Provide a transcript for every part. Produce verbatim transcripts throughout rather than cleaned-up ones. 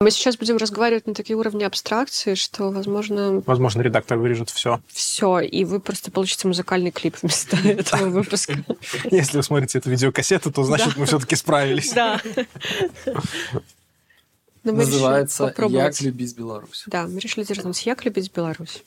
Мы сейчас будем разговаривать на такие уровни абстракции, что, возможно... Возможно, редактор вырежет все. Все, и вы просто получите музыкальный клип вместо этого выпуска. Если вы смотрите эту видеокассету, то значит, мы все-таки справились. Да. Называется «Як любить Беларусь». Да, мы решили дерзнуться «Як любить Беларусь».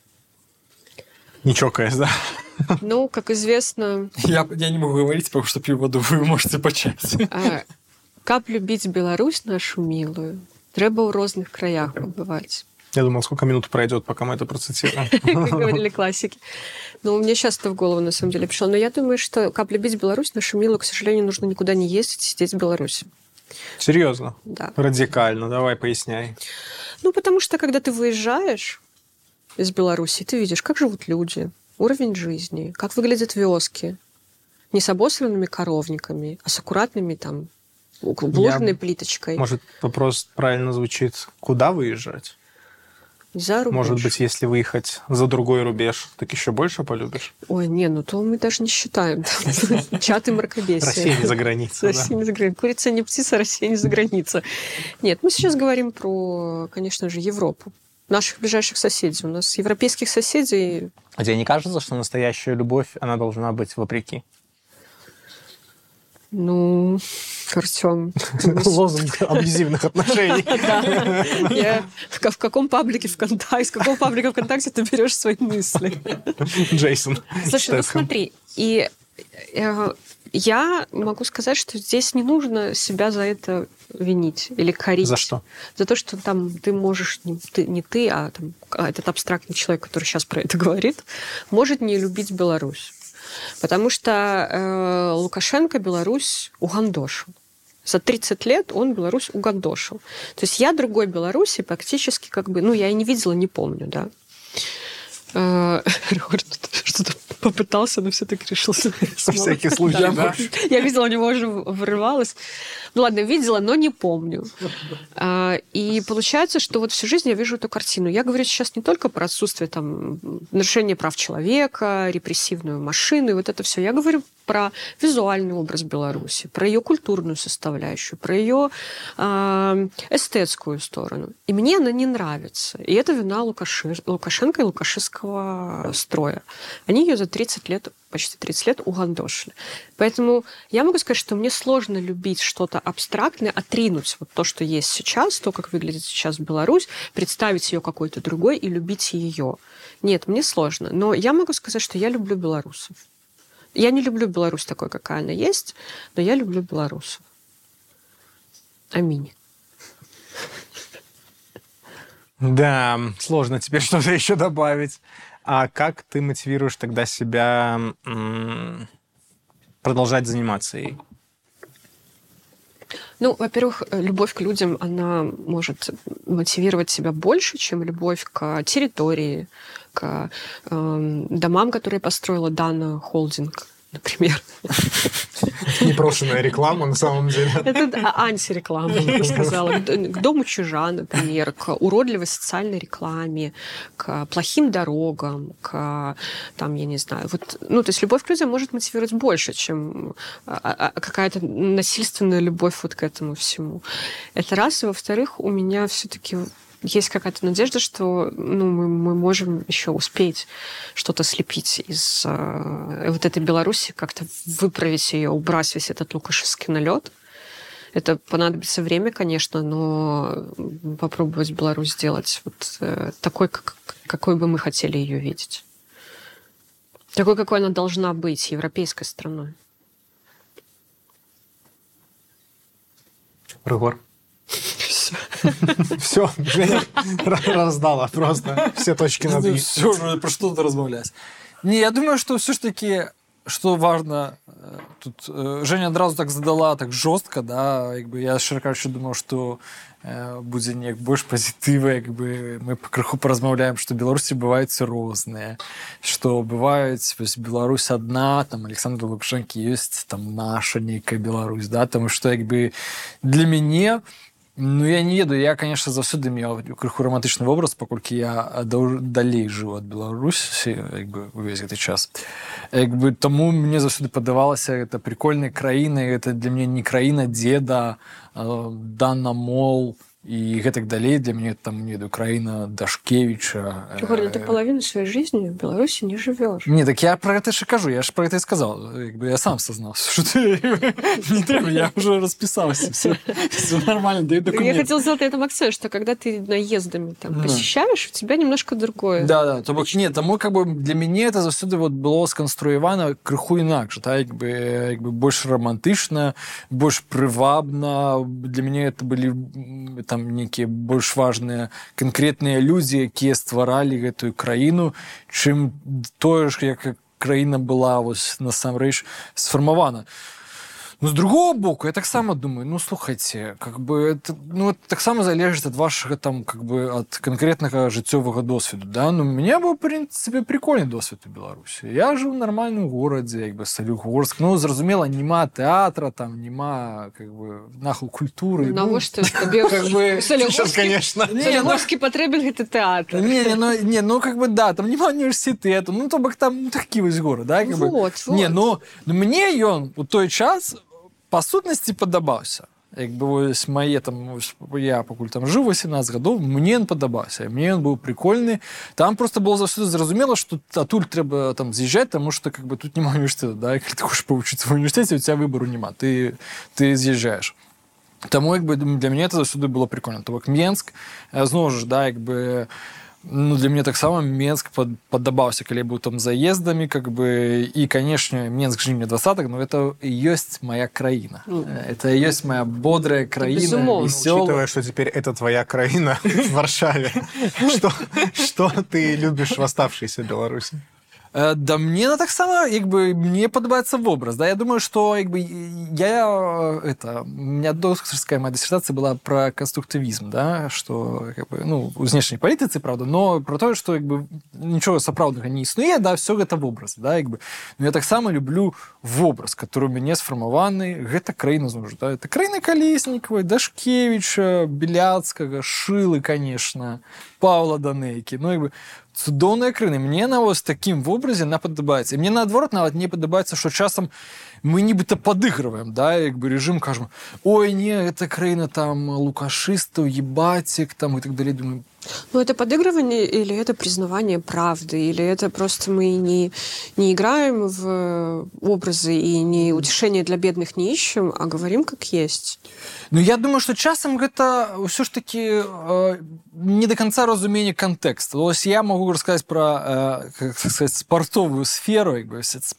Не чокаясь, да? Ну, как известно... Я, я не могу говорить, потому что пью воду, вы можете почать. Как любить Беларусь нашу милую? Треба в разных краях побывать. Я думал, сколько минут пройдет, пока мы это процитируем. Как говорили классики. Ну, мне сейчас это в голову, на самом деле, пришло. Но я думаю, что как любить Беларусь нашу милую, к сожалению, нужно никуда не ездить, сидеть в Беларуси. Серьезно? Да. Радикально. Давай, поясняй. Ну, потому что, когда ты выезжаешь из Беларуси, ты видишь, как живут люди, уровень жизни, как выглядят вёски. Не с обосранными коровниками, а с аккуратными там вложенной плиточкой. Может, вопрос правильно звучит. Куда выезжать? За рубеж. Может быть, если выехать за другой рубеж, так еще больше полюбишь? Ой, не, ну то мы даже не считаем. Чаты мракобесия. Россия не за границей. Россия не за границей. Курица не птица, Россия не за границей. Нет, мы сейчас говорим про, конечно же, Европу. Наших ближайших соседей. У нас европейских соседей... А тебе не кажется, что настоящая любовь, она должна быть вопреки? Ну, Артём... Лозунг абьюзивных отношений. Да. В каком паблике ВКонтакте, из какого паблика ВКонтакте ты берешь свои мысли? Джейсон. Слушай, ну смотри, и я могу сказать, что здесь не нужно себя за это винить или корить. За что? За то, что там ты можешь, не ты, не ты а там, этот абстрактный человек, который сейчас про это говорит, может не любить Беларусь. Потому что э, Лукашенко Беларусь угандошил. За тридцать лет он Беларусь угандошил. То есть я другой Беларуси практически как бы... Ну, я и не видела, не помню, да. Что-то попытался, но все-таки решился. На всякий случай, да. Я видела, у него уже вырывалось. Ну ладно, видела, но не помню. И получается, что вот всю жизнь я вижу эту картину. Я говорю сейчас не только про отсутствие там, нарушения прав человека, репрессивную машину, и вот это все. Я говорю про визуальный образ Беларуси, про ее культурную составляющую, про ее э, эстетскую сторону. И мне она не нравится. И это вина Лукаши... Лукашенко и лукашистского строя. Они ее за тридцать лет, почти тридцать лет угандошили. Поэтому я могу сказать, что мне сложно любить что-то абстрактное, отринуть вот то, что есть сейчас, то, как выглядит сейчас Беларусь, представить ее какой-то другой и любить ее. Нет, мне сложно. Но я могу сказать, что я люблю белорусов. Я не люблю Беларусь такой, какая она есть, но я люблю белорусов. Аминь. Да, сложно теперь что-то еще добавить. А как ты мотивируешь тогда себя м- продолжать заниматься ей? Ну, во-первых, любовь к людям, она может мотивировать себя больше, чем любовь к территории, к э, домам, которые построила Дана Холдинг, например. Непрошенная реклама, на самом деле. Это антиреклама, я бы сказала. К дому чужа, например, к уродливой социальной рекламе, к плохим дорогам, к, там, я не знаю, вот, ну, то есть любовь к людям может мотивировать больше, чем какая-то насильственная любовь вот к этому всему. Это раз. И, во-вторых, у меня все-таки есть какая-то надежда, что ну, мы, мы можем еще успеть что-то слепить из э, вот этой Беларуси, как-то выправить ее, убрать весь этот лукашистский налет. Это понадобится время, конечно, но попробовать Беларусь сделать вот э, такой, как, какой бы мы хотели ее видеть. Такой, какой она должна быть, европейской страной. Рыгор. Все, Женя раздала просто все точки над «и». Все, уже про что-то размовлять. Не, я думаю, что все-таки, что важно, тут Женя одразу так задала так жестко, да, якби я широко короче, думав, що е, буде неяк больш пазітыва, якби мы крыху паразмаўляем, што Беларусі бываюць розныя, што бываюць вось Беларусь адна, там Александр Лукашенко ёсць там наша нейкая Беларусь, да, таму што якби для мяне. Ну, я не ведаю, я, конечно, заўсёды меў крыху романтычны вобраз, паколькі я далей жыў ад Беларусі, як бы увесь гэты час. Як бы таму мне заўсёды падавалася гэта прикольнай краінай, гэта для мяне не краіна дзеда, Дана Мол, і гэтак далей. Для мяне там не Украіна Дашкевіча. Горна, ты половину сваёй жизни в Беларусі не жывёш. Не, так я про это же кажу, я же про это и сказал. Якби я сам сознался, что ты не треба, я уже расписался, все, все нормально, даю документы. Я хотела сделать на этом акцент, что когда ты наездами там Да. посещаешь, у тебя немножко другое. Да, да, то бок, ні, тому как бы для мяне это заўсёды вот было сканструявана крыху інакш, так, як бы, як бы больш романтычна, больш прывабна. Для мяне это былі м, там нейкія больш важныя канкрэтныя людзі, якія стваралі гэтую краіну, чым тое ж, як краіна была вось насамрэч сфармавана. Ну, с другого боку, я так само думаю, ну, слухайте, как бы, это, ну, это так само залежит от вашего, там, как бы, от конкретного жыццёвага досвіду, да, ну, у меня был, в принципе, прикольный досвід у Беларусі. Я жил в нормальном городе, як бы, Солігорск, ну, зразумела, нема театра, там, нема, как бы, нахуй культуры. На ну, что тебе как бы, Сейчас, конечно. Солігорскі потрібен гэты тэатр. Не, не, ну, не, ну, как бы, да, там нема університету, ну, то бок там такі вось город, да, как бы. Вот, вот. Не, ну, ну, мне ён у той час па сутнасці падабаўся. Як бы вось мае там, я пакуль там жыў восемнадцать гадоў, мне ён падабаўся, мне ён быў прикольны. Там просто было заўсёды зразумела, што адтуль трэба там з'язджаць, таму што как бы тут няма універсітэта, да, калі ты хочаш павучыцца в універсітэце, у тебя выбару няма, ты, ты з'язджаеш. Таму як бы для мяне это заўсёды было прикольно. То бок Менск, зноў ж, да, як бы, ну, для меня так само Менск под, поддабаўся, калі я быў там заездами, как бы, и, конечно, Менск жил мне двадцатых, но это и есть моя краина. Mm. Это и есть моя бодрая краина, Безумовно. веселая. Учитывая, что теперь это твоя краина в Варшаве, что, что ты любишь в оставшейся Беларуси? Э, Да мне на так само, як бы, мне подобается в образ, да, я думаю, что, як бы, я, это, у меня докторская моя диссертация была про конструктивизм, да, что, как бы, ну, у знешняй палітыцы, правда, но про то, что, як бы, ничего сапраўднага не існуе, да, все это в образ, да, як бы, но я так само люблю в образ, который у мяне сфармаваны, гэта краіна, зноў жа, да, это краіна Калеснікавай, Дашкевіча, Беляцкага, Шылы, конечно, Павла Данейкі, ну, як бы, цудоўная краіна. Мне на вось такім вобразе она падабаецца. І мне наадварот нават не падабаецца, што часам мы нібыта падыгрываем, да, як бы рэжым кажам, ой, не, гэта краіна там лукашыстаў, ебатик, там, и так далее. Думаю, Ну, это подыгрывание или это признавание правды? Или это просто мы не, не играем в образы и не утешение для бедных не ищем, а говорим как есть? Ну, я думаю, что часам гэта ўсё ж таки э, не до конца разумение контекста. То есть я могу рассказать про, э, как сказать, спортовую сферу. Как бы,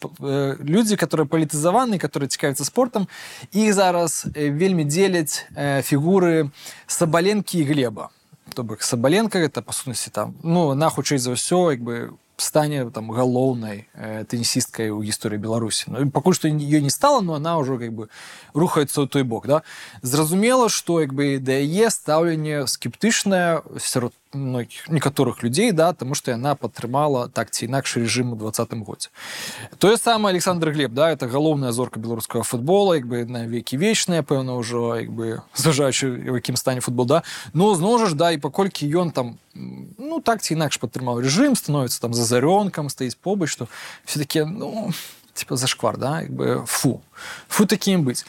э, люди, которые политизованы, которые цікавяцца спортом, их зараз э, вельмі деляць э, фигуры Сабаленкі и Глеба. То бок Сабаленка гэта па сутнасці там, ну, на хутчэй за ўсё, як бы стане там галоўнай э, тенісісткай у гісторыі Беларусі. Ну, пакуль што ёй не стала, но она ўжо как бы рухаецца ў той бок, да. Зразумела, што як бы да яе стаўленне скептычнае сярод многіх некаторых людзей, да, таму што яна падтрымала так ці інакш рэжым у двадцатым годзе. Тое самае Александр Глеб, да, это галоўная зорка беларускага футбола, як бы на векі вечныя, пэўна, ўжо, як бы зважаючы, у якім стане футбол, да. Но зноў жа, да, і паколькі ён там, ну, так ці інакш падтрымаў рэжым, становіцца там за зарёнкам, стаіць побач, што все такі, ну, типа зашквар, да, як бы фу. Фу такім быць.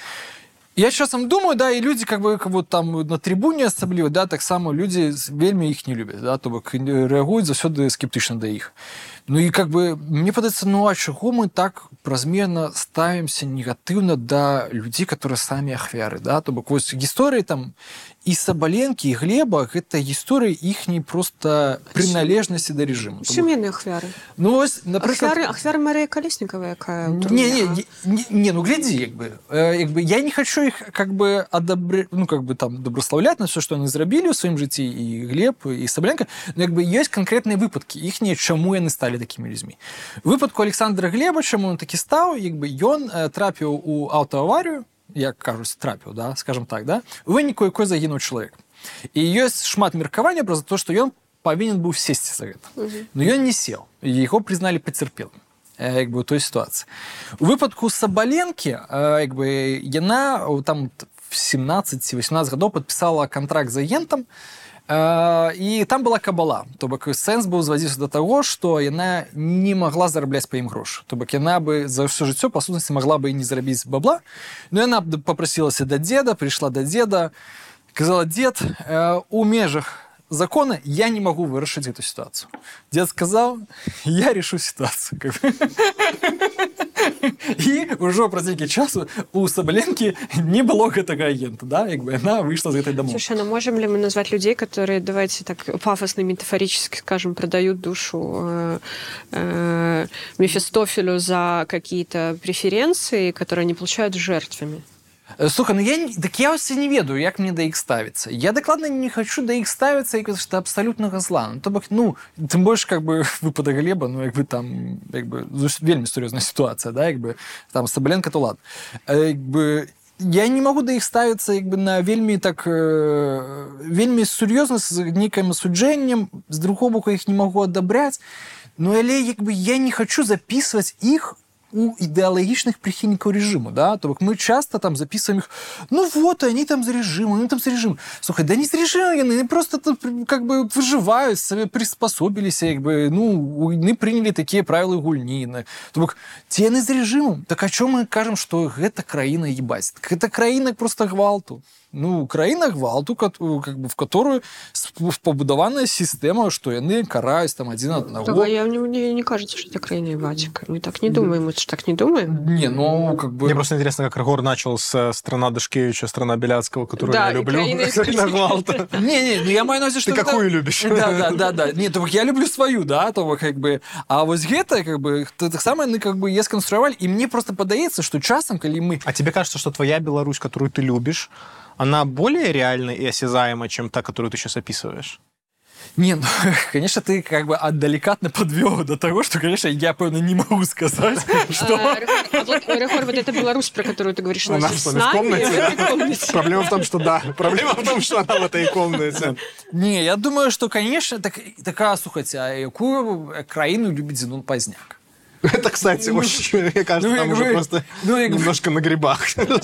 Я часам думаю, да, и люди как бы, как вот там на трибуне асабліва, да, так само люди вельмі іх не любят, да, то бок реагуюць заўсёды скептычна да іх. Ну и как бы мне падаецца, ну а чаго мы так празмерна ставімся негатыўна да людзей, которые самі ахвяры, да, то бок вось гісторыі там і Сабаленкі, і Глеба, гэта гісторыі іхняй просто прыналежнасці да рэжыму. Чым яны ахвяры? Ну вось, напрыклад... Ахвяры, ахвяры Марыя Калеснікава, якая... Не, не, не, не, ну гляди, як бы, э, як бы, я не хочу их как бы одобрять, ну как бы там доброславлять на все, что они зрабілі ў сваім жыцці, і Глеб, і Сабаленка, но як бы ёсць канкрэтныя выпадкі, іхнія, чаму яны сталі такімі людзьмі. У выпадку Александра Глеба, чаму он такі стаў, як бы ён э, трапіў у аўтааварыю, як кажуць, трапіў, да, скажем так, да, у выніку якой загінуў чалавек. І ёсць шмат меркавання пра то, што ён павінен быў сесці за гэта. Но ён не сел, і яго прызналі пацярпелым, як бы, у той сітуацыі. У выпадку Сабаленкі, як бы, яна там в семнадцать восемнадцать гадоў падпісала кантракт з агентам, і там была кабала. То бок сэнс быў зводзіцца да таго, што яна не магла зарабляць па ім грошы. То бок яна бы за ўсё жыццё, па сутнасці, магла бы і не зарабіць бабла, но яна папрасілася да дзеда, прыйшла да дзеда, Казала, дед, э, у межах закона я не могу вырашить эту ситуацию. Дед сказал, я решу ситуацию. И уже праз нейкі часу у Сабаленки не было гэтага агента, да, як бы она вышла из этой домой. Слушай, ну можем ли мы назвать людей, которые, давайте так пафосно, метафорически скажем, продают душу э, э, Мефистофелю за какие-то преференции, которые они получают жертвами? Слухай, ну я, так я ось не ведаю, як мне да іх ставіцца. Я дакладна не хочу да іх ставіцца, як што абсалютнага зла. Ну, то бок, ну, тым больш, как бы, выпадак Глеба, ну, як бы там, як бы, вельмі сур'ёзная сітуацыя, да, як бы, там, Сабаленко, то ладно. Як бы, я не могу да іх ставіцца, як бы, на вельмі, так, э, вельмі сур'ёзна, з нейкім асуджэннем, з другого боку, іх не могу адабраць, ну, але, як бы, я не хочу записывать іх у идеологичных прихильников режима, да, то мы часто там записываем их, ну вот, они там за режим, они там за режим. Слушай, да не за режим, они просто как бы выживают, себе приспособились, как бы, ну, они приняли такие правила гульни. То бок, те не за режимом, так о чем мы кажем, что это краина ебать? Так это краина просто гвалту. Ну, краина гвалту, как бы, в которую побудованная система, что яны караюсь там один одного. Да, я, мне не кажется, что это краина ебатика. Мы так не думаем, мы же так не думаем. Не, ну, как бы... Мне просто интересно, как Рагор начал с «Страна Дашкевича», «Страна Беляцкого», которую да, я люблю. Краина гвалта. Не, не, я маю на увазі, что... Ты какую любишь? Да, да, да, да. Не, то я люблю свою, да, то как бы... А вот гэта, как бы, так само мы как бы я сконструировали, и мне просто подається, что часом, коли мы... А тебе кажется, что твоя Беларусь, которую ты любишь, она более реальна и осязаема, чем та, которую ты сейчас описываешь? Не, ну, конечно, ты как бы отдалекатно подвел до того, что, конечно, я, певно, не могу сказать, что... Рахор, вот эта Беларусь, про которую ты говоришь, она с нами, в комнате? комнате. Проблема в том, что да. Проблема в том, что она в этой комнате. Не, я думаю, что, конечно, так, такая, слухайте, а какую краину любит Зенон Поздняк? Это, кстати, ну, очень, мне кажется, ну, там уже вы, просто ну, немножко на грибах. Ну,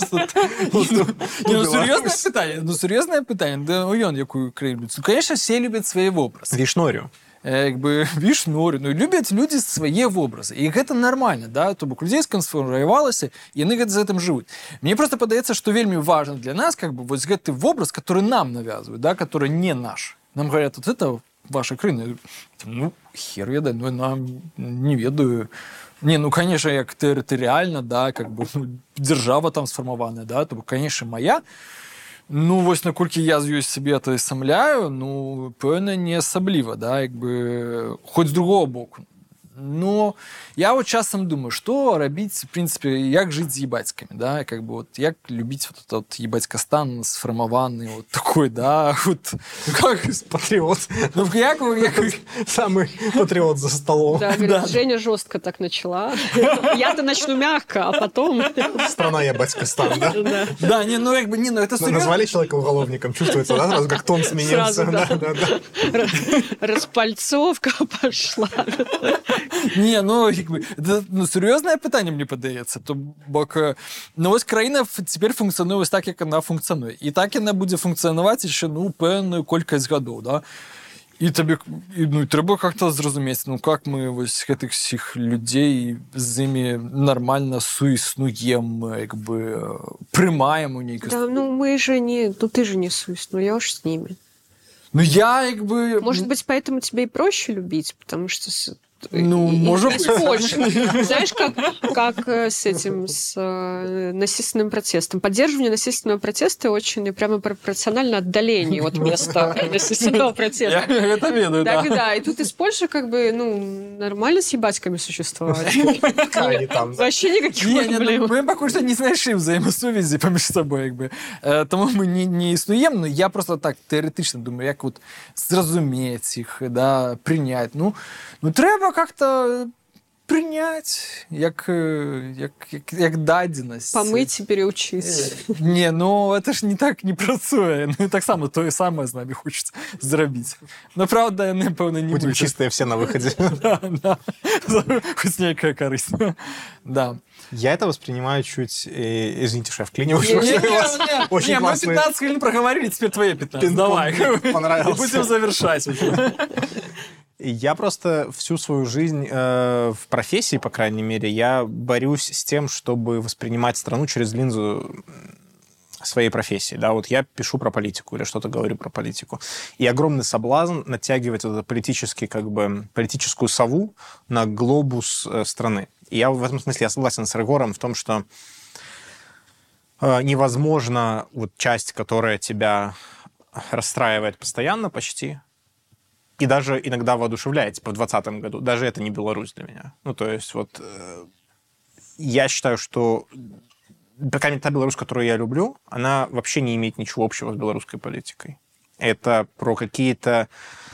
серьезное питание. Ну, серьезное питание. Да, он якую краину любит. Ну, конечно, все любят свои образы. Вишнорю. Як би, вішнорю. Ну, люблять люди свае вобразы. І гэта нормально, да? То бок людзей скансфарміравалася, і яны гэта за гэтым жывуць. Мне просто падаецца, што вельмі важна для нас, как бы, вот гэты вобраз, который нам навязывают, да, который не наш. Нам говорят, вот это ваша краина. Ну, хер ведаю, ну, нам не ведаю. Не, ну, конечно, як тэрытарыяльна, да, как бы, ну, дзяржава там сфармаваная, да, то бок, конечно, моя. Ну, вось наколькі я з ёй сабе атаясамляю, ну, пэўна, не асабліва, да, як бы, хоць з другого боку. Но я вот часам думаю, что рабіць, в принципе, як жыць з ебацькамі, да, как бы, вот, як любіць вот этот вот ебацькастан сфармаваны, вот такой, да, вот, как патриот. Ну, як, як... Самый патриот за столом. Да, говорит, да. Женя жестко так начала. Я-то начну мягко, а потом... Страна ебацькастан, да? Да. Да, не, ну, как бы, не, ну, это серьезно. Назвали человека уголовником, чувствуется, да, сразу как тон сменился. Сразу, да. Да, да, да. Распальцовка пошла. Не, ну, якби, це, ну, серйозне питання, мені подається. То, бок, ну, ось країна тепер функціонує ось так, як вона функціонує. І так вона буде функціонувати ще, ну, певну кількість років, да? І тобі, і, ну, треба як-то зрозуміти, ну, як ми ось гэтых всіх людей з ними нормально суіснуємо, якби, приймаємо нейкі... Да, ну, мы же не... Ну, ты же не сусь, ну, я уж с ними. Ну, я, якби... Может быть, поэтому тебе и проще любить, потому что... Ну, и, может быть. Знаешь, как, как с этим, с э, насильственным протестом. Поддерживание насильственного протеста очень прямо пропорционально отдалению от места насильственного протеста. Я это ведаю, да. Так, да. И тут из Польши как бы, ну, нормально с ебатьками существовать. Вообще никаких проблем. Ми поки що не знайшли взаємосувязі поміж собою, якби. Тому ми не існуємо, но я просто так теоретично думаю, як от зрозуміти їх, да, прийняти. Ну, ну, треба как-то принять, як, як, як, як дадзенасць. Помыть и переучить. Не, ну это ж не так не працуе. Ну, так само тое самае з нами хочется зрабіць. Но, правда, яны, пэўна, не будем чистые все на выходе. Да, да. Хоть некая корысть. Да. Я это воспринимаю чуть... Э, извините, что я вклиниваюсь. Не, не, не, очень не, мы пятнадцать хвилин проговорили, теперь твои пятнадцать. Давай. Понравился. И будем завершать. Я просто всю свою жизнь э, в профессии, по крайней мере, я борюсь с тем, чтобы воспринимать страну через линзу своей профессии, да, вот я пишу про политику или что-то говорю про политику, и огромный соблазн натягивать вот эту политический, как бы, политическую сову на глобус страны. И я в этом смысле я согласен с Регором в том, что э, невозможно вот часть, которая тебя расстраивает постоянно почти, и даже иногда воодушевляет, типа в двадцатом году, даже это не Беларусь для меня. Ну, то есть вот э, я считаю, что по крайней мере, та Беларусь, которую я люблю, она вообще не имеет ничего общего с белорусской политикой. Это про какие-то...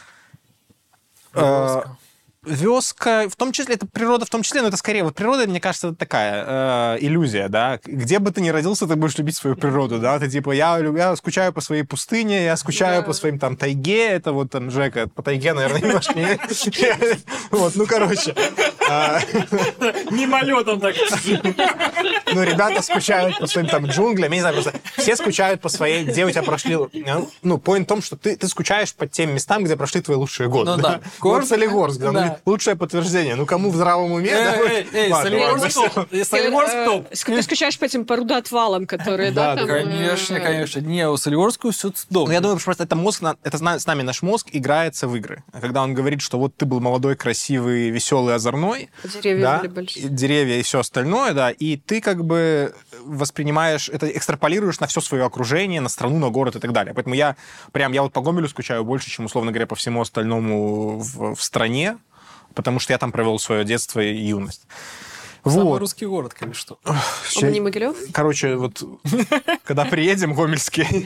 Э, вёска, в том числе, это природа в том числе, но это скорее, вот природа, мне кажется, это такая э, иллюзия, да. Где бы ты ни родился, ты будешь любить свою природу, да. Ты типа, я, я скучаю по своей пустыне, я скучаю да. по своим там тайге, это вот там Жека по тайге, наверное, немножко не... Вот, ну, короче... Мимолетом так. Ну, ребята скучают по своим там джунглям, я не знаю, просто все скучают по своей, где у тебя прошли... Ну, point в том, что ты, ты скучаешь по тем местам, где прошли твои лучшие годы. Ну, да. Вот Солигорск, да. Да. Лучшее подтверждение. Ну, кому в здравом уме... Эй, эй, эй, Солигорск топ. Ты скучаешь по этим порудоотвалам, которые, да, там... Конечно, конечно. Не, у Солигорского все цудовно. Ну, я думаю, что просто это мозг, это с нами наш мозг играется в игры. Когда он говорит, что вот ты был молодой, красивый, веселый, озорной, деревья да, были большие. Деревья и все остальное, да, и ты как бы воспринимаешь, это экстраполируешь на все свое окружение, на страну, на город и так далее. Поэтому я прям, я вот по Гомелю скучаю больше, чем, условно говоря, по всему остальному в, в стране, потому что я там провел свое детство и юность. Самый вот. Русский город, конечно. Он не Могилев? Короче, вот когда приедем, гомельские,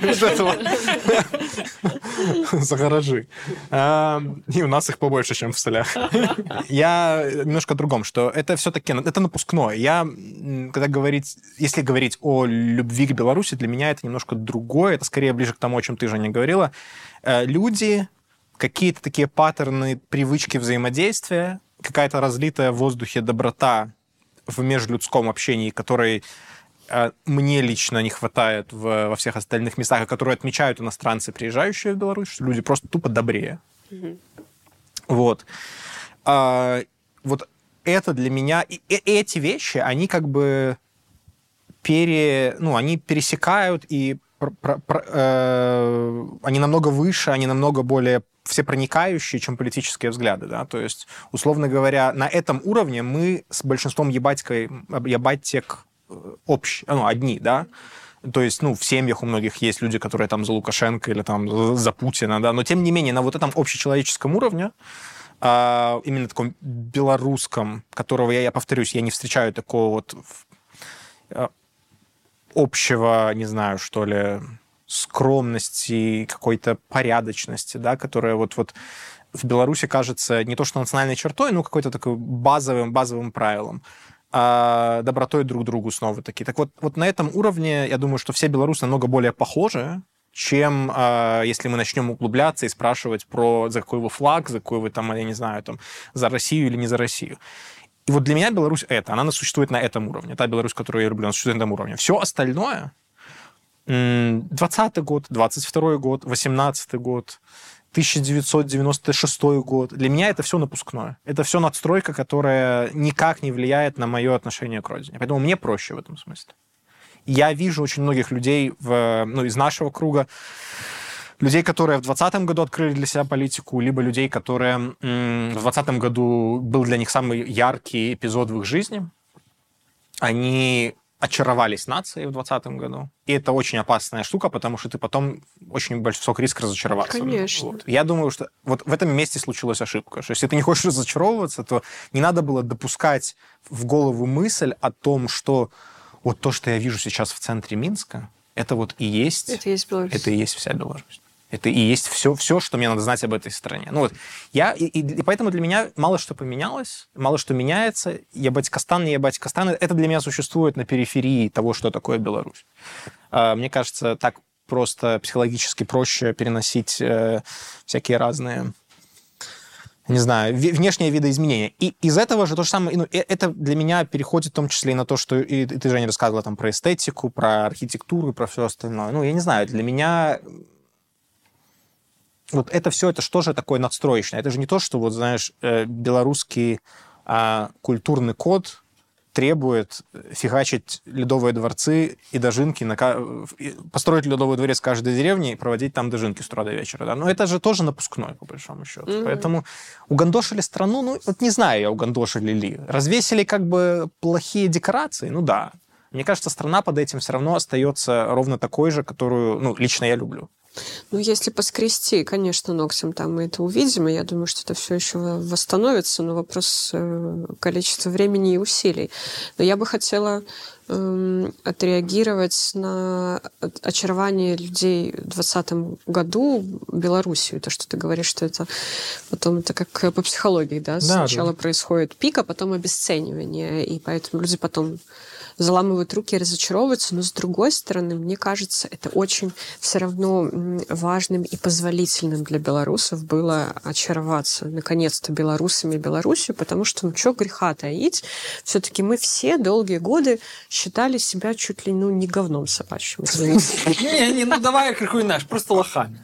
загоражи. И у нас их побольше, чем в Солях. Я немножко о другом, что это все-таки, это напускное. Я, когда говорить, если говорить о любви к Беларуси, для меня это немножко другое, это скорее ближе к тому, о чем ты, Женя, говорила. Люди, какие-то такие паттерны, привычки взаимодействия, какая-то разлитая в воздухе доброта в межлюдском общении, которой э, мне лично не хватает в, во всех остальных местах, и которые отмечают иностранцы, приезжающие в Беларусь, что люди просто тупо добрее. Mm-hmm. Вот. А, вот это для меня... И, и эти вещи, они как бы пере, ну, они пересекают, и про, про, про, э, они намного выше, они намного более всепроникающие, чем политические взгляды, да, то есть, условно говоря, на этом уровне мы с большинством ебатькой, ебатек общ, ну, одни, да, то есть, ну, в семьях у многих есть люди, которые там за Лукашенко или там за Путина, да, но тем не менее на вот этом общечеловеческом уровне, а, именно таком белорусском, которого я, я повторюсь, я не встречаю такого вот общего, не знаю, что ли, скромности, какой-то порядочности, да, которая вот, вот в Беларуси кажется не то что национальной чертой, но какой-то такой базовым, базовым правилом, а добротой друг к другу снова-таки. Так вот, вот на этом уровне, я думаю, что все белорусы намного более похожи, чем а, если мы начнем углубляться и спрашивать про за какой вы флаг, за какой вы там, я не знаю, там, за Россию или не за Россию. И вот для меня Беларусь это, она существует на этом уровне. Та Беларусь, которую я люблю, она существует на этом уровне. Все остальное... двадцатый год, двадцать второй год, восемнадцатый год, тысяча девятьсот девяносто шестой год. Для меня это все напускное. Это все надстройка, которая никак не влияет на мое отношение к родине. Поэтому мне проще в этом смысле. Я вижу очень многих людей в, ну, из нашего круга, людей, которые в двадцатом году открыли для себя политику, либо людей, которые м- в двадцатом году был для них самый яркий эпизод в их жизни. Они... очаровались нацией в двадцатом году. И это очень опасная штука, потому что ты потом очень высокий риск разочароваться. Конечно. Вот. Я думаю, что вот в этом месте случилась ошибка. Что если ты не хочешь разочаровываться, то не надо было допускать в голову мысль о том, что вот то, что я вижу сейчас в центре Минска, это вот и есть... Это и есть Беларусь. Это и есть вся Беларусь. Это и есть все, все, что мне надо знать об этой стране. Ну вот, я, и, и поэтому для меня мало что поменялось, мало что меняется. Ебать Кастан, не ебать Кастан, это для меня существует на периферии того, что такое Беларусь. Мне кажется, так просто психологически проще переносить всякие разные, не знаю, внешние видоизменения. И из этого же то же самое, ну, это для меня переходит в том числе и на то, что и ты, Женя, рассказывала там про эстетику, про архитектуру, про все остальное. Ну, я не знаю, для меня... Вот это все, это что же такое надстроечное? Это же не то, что, вот, знаешь, белорусский а, культурный код требует фигачить ледовые дворцы и дожинки, на... построить ледовый дворец в каждой деревне и проводить там дожинки с утра до вечера. Да? Но это же тоже напускной, по большому счету. Mm-hmm. Поэтому угандошили страну, ну, вот не знаю я, угандошили ли. Развесили как бы плохие декорации, ну да. Мне кажется, страна под этим все равно остается ровно такой же, которую, ну, лично я люблю. Ну, если поскрести, конечно, ногтем там мы это увидим, и я думаю, что это все еще восстановится, но вопрос количества времени и усилий. Но я бы хотела э, отреагировать на очарование людей в двадцатом году Белоруссию. То, что ты говоришь, что это потом это как по психологии, да? да Сначала да. происходит пик, а потом обесценивание, и поэтому люди потом заламывают руки и разочаровываются, но с другой стороны, мне кажется, это очень все равно важным и позволительным для белорусов было очароваться наконец-то белорусами и Беларусью, потому что, ну, что греха таить, все-таки мы все долгие годы считали себя чуть ли, ну, не говном собачьим. Не-не, ну давай криху иначе, просто лохами.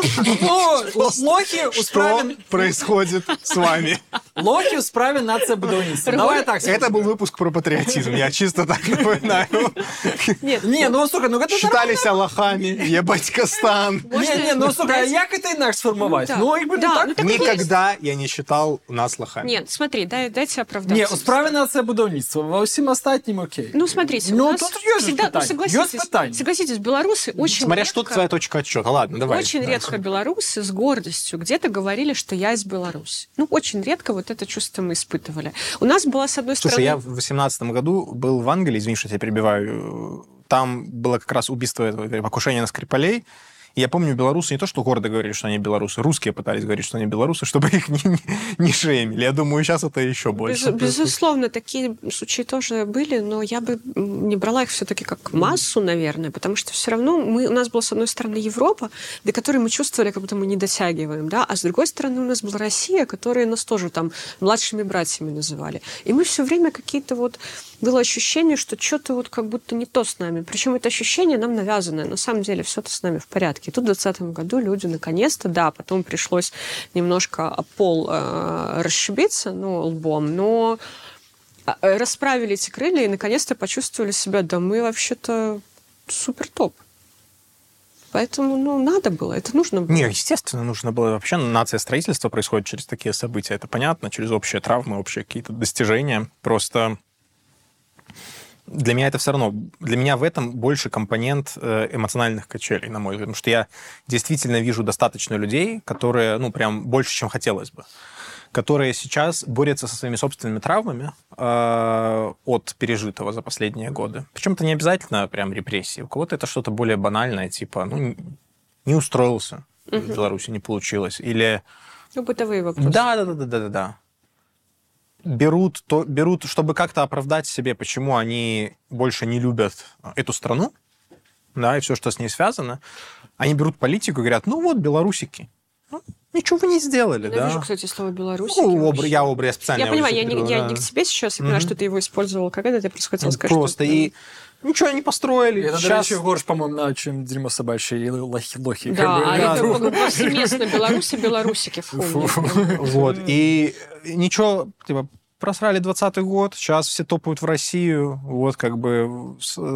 Ну, лохи у справе... Что происходит с вами? Лохи у справе нацыя будаўніцтва. Давай так. Это был выпуск про патриотизм. Я чисто так напоминаю. Нет, не, ну слухай, ну это считались лохами, ебать Кастан. Не, не, ну слухай, а як это инакше сформовать? Ну, как бы так. Никогда я не считал нас лохами. Нет, смотри, дайте оправдаться. Не, у справе нацыя будаўніцтва, во всем остальном окей. Ну, смотрите, ну, тут есть питание. Согласитесь, белорусы очень Смотря что твоя точка отчета. Ладно, давай. Очень редко белорусы с гордостью где-то говорили, что я из Беларуси. Ну, очень редко вот это чувство мы испытывали. У нас была, с одной стороны... Слушай, я в восемнадцатом году был в Англии, извини, что я тебя перебиваю. Там было как раз убийство, этого, покушение на Скрипалей. И я помню, белорусы не то, что гордо говорили, что они белорусы, русские пытались говорить, что они белорусы, чтобы их не, не, не шеймили. Я думаю, сейчас это еще больше. Без, безусловно, такие случаи тоже были, но я бы не брала их все-таки как массу, наверное, потому что все равно мы, у нас была, с одной стороны, Европа, до которой мы чувствовали, как будто мы не дотягиваем, да, а с другой стороны у нас была Россия, которая нас тоже там младшими братьями называли. И мы все время какие-то вот... Было ощущение, что что-то вот как будто не то с нами. Причем это ощущение нам навязанное. На самом деле все-то с нами в порядке. И тут в двадцатом году люди наконец-то, да, потом пришлось немножко о пол э, расшибиться, ну, лбом, но расправили эти крылья и наконец-то почувствовали себя, да мы вообще-то супер топ. Поэтому, ну, надо было, это нужно было. Не, естественно, нужно было. Вообще нация строительства происходит через такие события. Это понятно, через общие травмы, общие какие-то достижения. Просто... Для меня это все равно, для меня в этом больше компонент эмоциональных качелей, на мой взгляд, потому что я действительно вижу достаточно людей, которые, ну, прям больше, чем хотелось бы, которые сейчас борются со своими собственными травмами э, от пережитого за последние годы. Причем это не обязательно прям репрессии. У кого-то это что-то более банальное, типа, ну, не устроился угу. в Беларуси, не получилось, или... Ну, бытовые вопросы. Да-да-да-да-да. Берут, то, берут, чтобы как-то оправдать себе, почему они больше не любят эту страну, да, и все, что с ней связано, они берут политику и говорят, ну вот, белорусики, ну, ничего вы не сделали, я да. Я вижу, кстати, слово белорусики. Ну, обр... я обр... я специально... Я понимаю, я, беру, не, да. я не к тебе сейчас, я понимаю, mm-hmm. что ты его использовал. Когда это происходило? Ну, скажи, просто, что... и ничего не построили. Это, сейчас... до речі, горш, по-моему, на чем дерьмо собачье и лохи. Да, а это повсеместно Беларуси, белорусики. Фу. Вот, и ничего, типа, просрали двадцатый год, сейчас все топают в Россию, вот как бы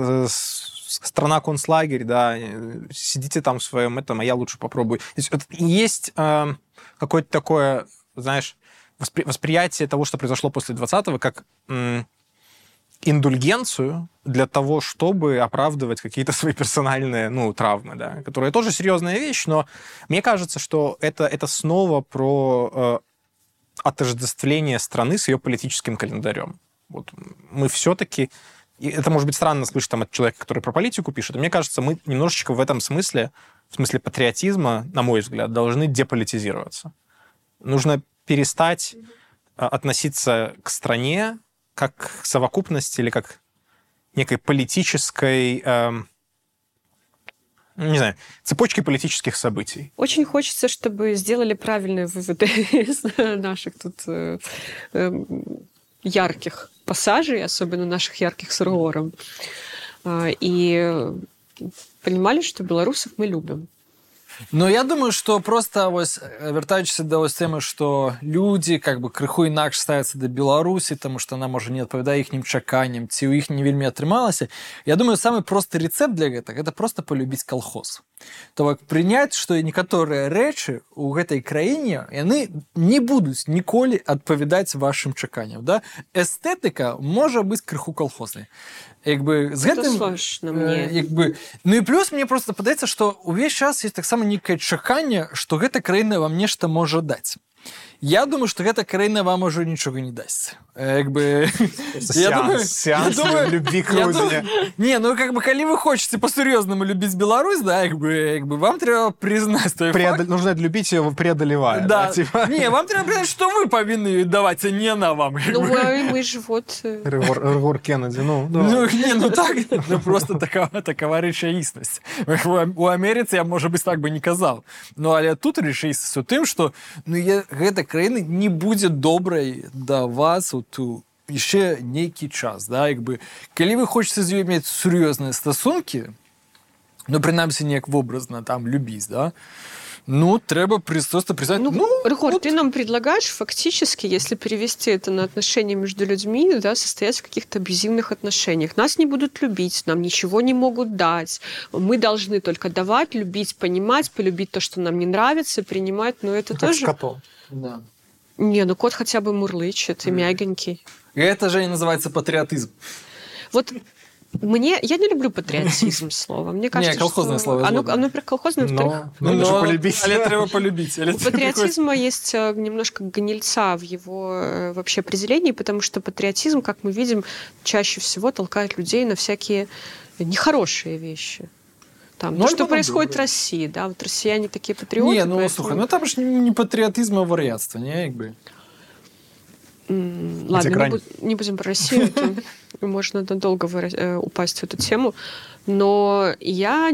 страна концлагерь, да, сидите там в своем этом, а я лучше попробую. Есть э, какое-то такое, знаешь, воспри- восприятие того, что произошло после двадцатого, как э, индульгенцию для того, чтобы оправдывать какие-то свои персональные, ну, травмы, да, которые тоже серьезная вещь, но мне кажется, что это, это снова про... Э, отождествление страны с ее политическим календарем. Вот мы все-таки... И это может быть странно слышать там, от человека, который про политику пишет. Но мне кажется, мы немножечко в этом смысле, в смысле патриотизма, на мой взгляд, должны деполитизироваться. Нужно перестать mm-hmm. относиться к стране как к совокупности или как некой политической... Эм, не знаю, цепочки политических событий. Очень хочется, чтобы сделали правильные выводы из наших тут э, э, ярких пассажей, особенно наших ярких с Рогором. Э, и понимали, что белорусов мы любим. Ну, я думаю, што проста вось вяртаючыся да вось тэмы, што людзі как бы крыху інакш ставяцца да Беларусі, таму што она можа не адпавядае іхнім чаканням, ці ў іх не вельмі атрымалася. Я думаю, самы просты рэцэпт для гэтага гэта проста полюбіць калхоз. То бок прыняць, што некаторыя рэчы ў гэтай краіне яны не будуць ніколі адпавядаць вашым чаканням, да? Эстэтыка можа быць крыху калхознай. Як бы з гэтым слушна мне. Як бы, ну і плюс мне просто падаецца, што ўвесь час ёсць таксама нейкае чаканне, што гэта краіна вам нешта можа даць. Я думаю, што гэта краіна вам ужо нічога не дасць. Як бы я думаю, сеанс любви к родине. Не, ну как бы калі вы хочаце па-сур'ёзнаму любіць Беларусь, да, як бы, як бы вам трэба прызнаць той факт. Нужно любіць его преодолевая. Да. Не, вам трэба прызнаць, што вы павінны даваць, а не на вам. Ну мы ж вот Рыгор Кеннеди, ну. Ну не, ну так, ну просто такова такова рэчаіснасць. У Амерыцы я, можа быць, так бы не казаў. Ну але тут рэчаіснасць у тым, што ну гэта краіна не будзе добрай да вас у ту яшчэ нейкі час, да, як бы калі вы хочаце з ёй мець сур'ёзныя стасункі, ну прынамсі неяк вобразна там любіць, да, ну трэба просто признать. Ну, ну Рыгор, вот. Ты нам предлагаешь фактически, если перевести это на отношения между людьми, да, состоять в каких-то абьюзивных отношениях. Нас не будут любить, нам ничего не могут дать. Мы должны только давать, любить, понимать, полюбить то, что нам не нравится, принимать, но это как тоже... с котом. Да. Не, ну кот хотя бы мурлычет и мягенький. Это же и называется патриотизм. Вот мне... Я не люблю патриотизм слово. Мне кажется, не, колхозное что... слово. Оно, оно про колхозное, но, ну, но, но, полюбить. Але треба полюбить. У патриотизма есть немножко гнильца в его вообще определении, потому что патриотизм, как мы видим, чаще всего толкает людей на всякие нехорошие вещи. Там, ну, что происходит добрый. В России, да, вот россияне такие патриоты. Не, ну, поэтому... слухай, ну там же не патриотизм, а вар'ятство, не, як бы. Mm, ладно, не, бу- не будем про Россию, можно надолго упасть в эту тему, но я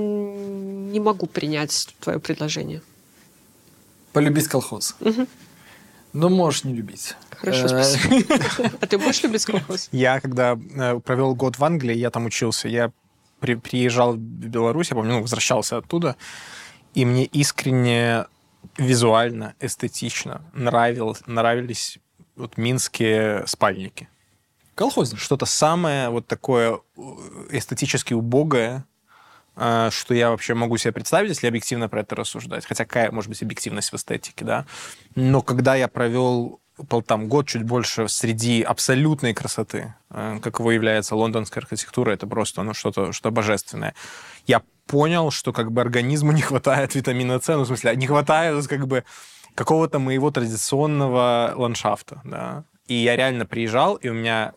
не могу принять твое предложение. Полюбить колхоз. Угу. Но можешь не любить. Хорошо, спасибо. А ты будешь любить колхоз? Я, когда провел год в Англии, я там учился, я При, приезжал в Беларусь, я помню, ну, возвращался оттуда, и мне искренне, визуально, эстетично нравилось, нравились вот минские спальники. Колхозник. Что-то самое вот такое эстетически убогое, что я вообще могу себе представить, если объективно про это рассуждать. Хотя какая может быть объективность в эстетике, да? Но когда я провел там год, чуть больше, среди абсолютной красоты, каково является лондонская архитектура, это просто ну, что-то, что божественное. Я понял, что как бы организму не хватает витамина С, ну, в смысле, не хватает как бы какого-то моего традиционного ландшафта, да. И я реально приезжал, и у меня,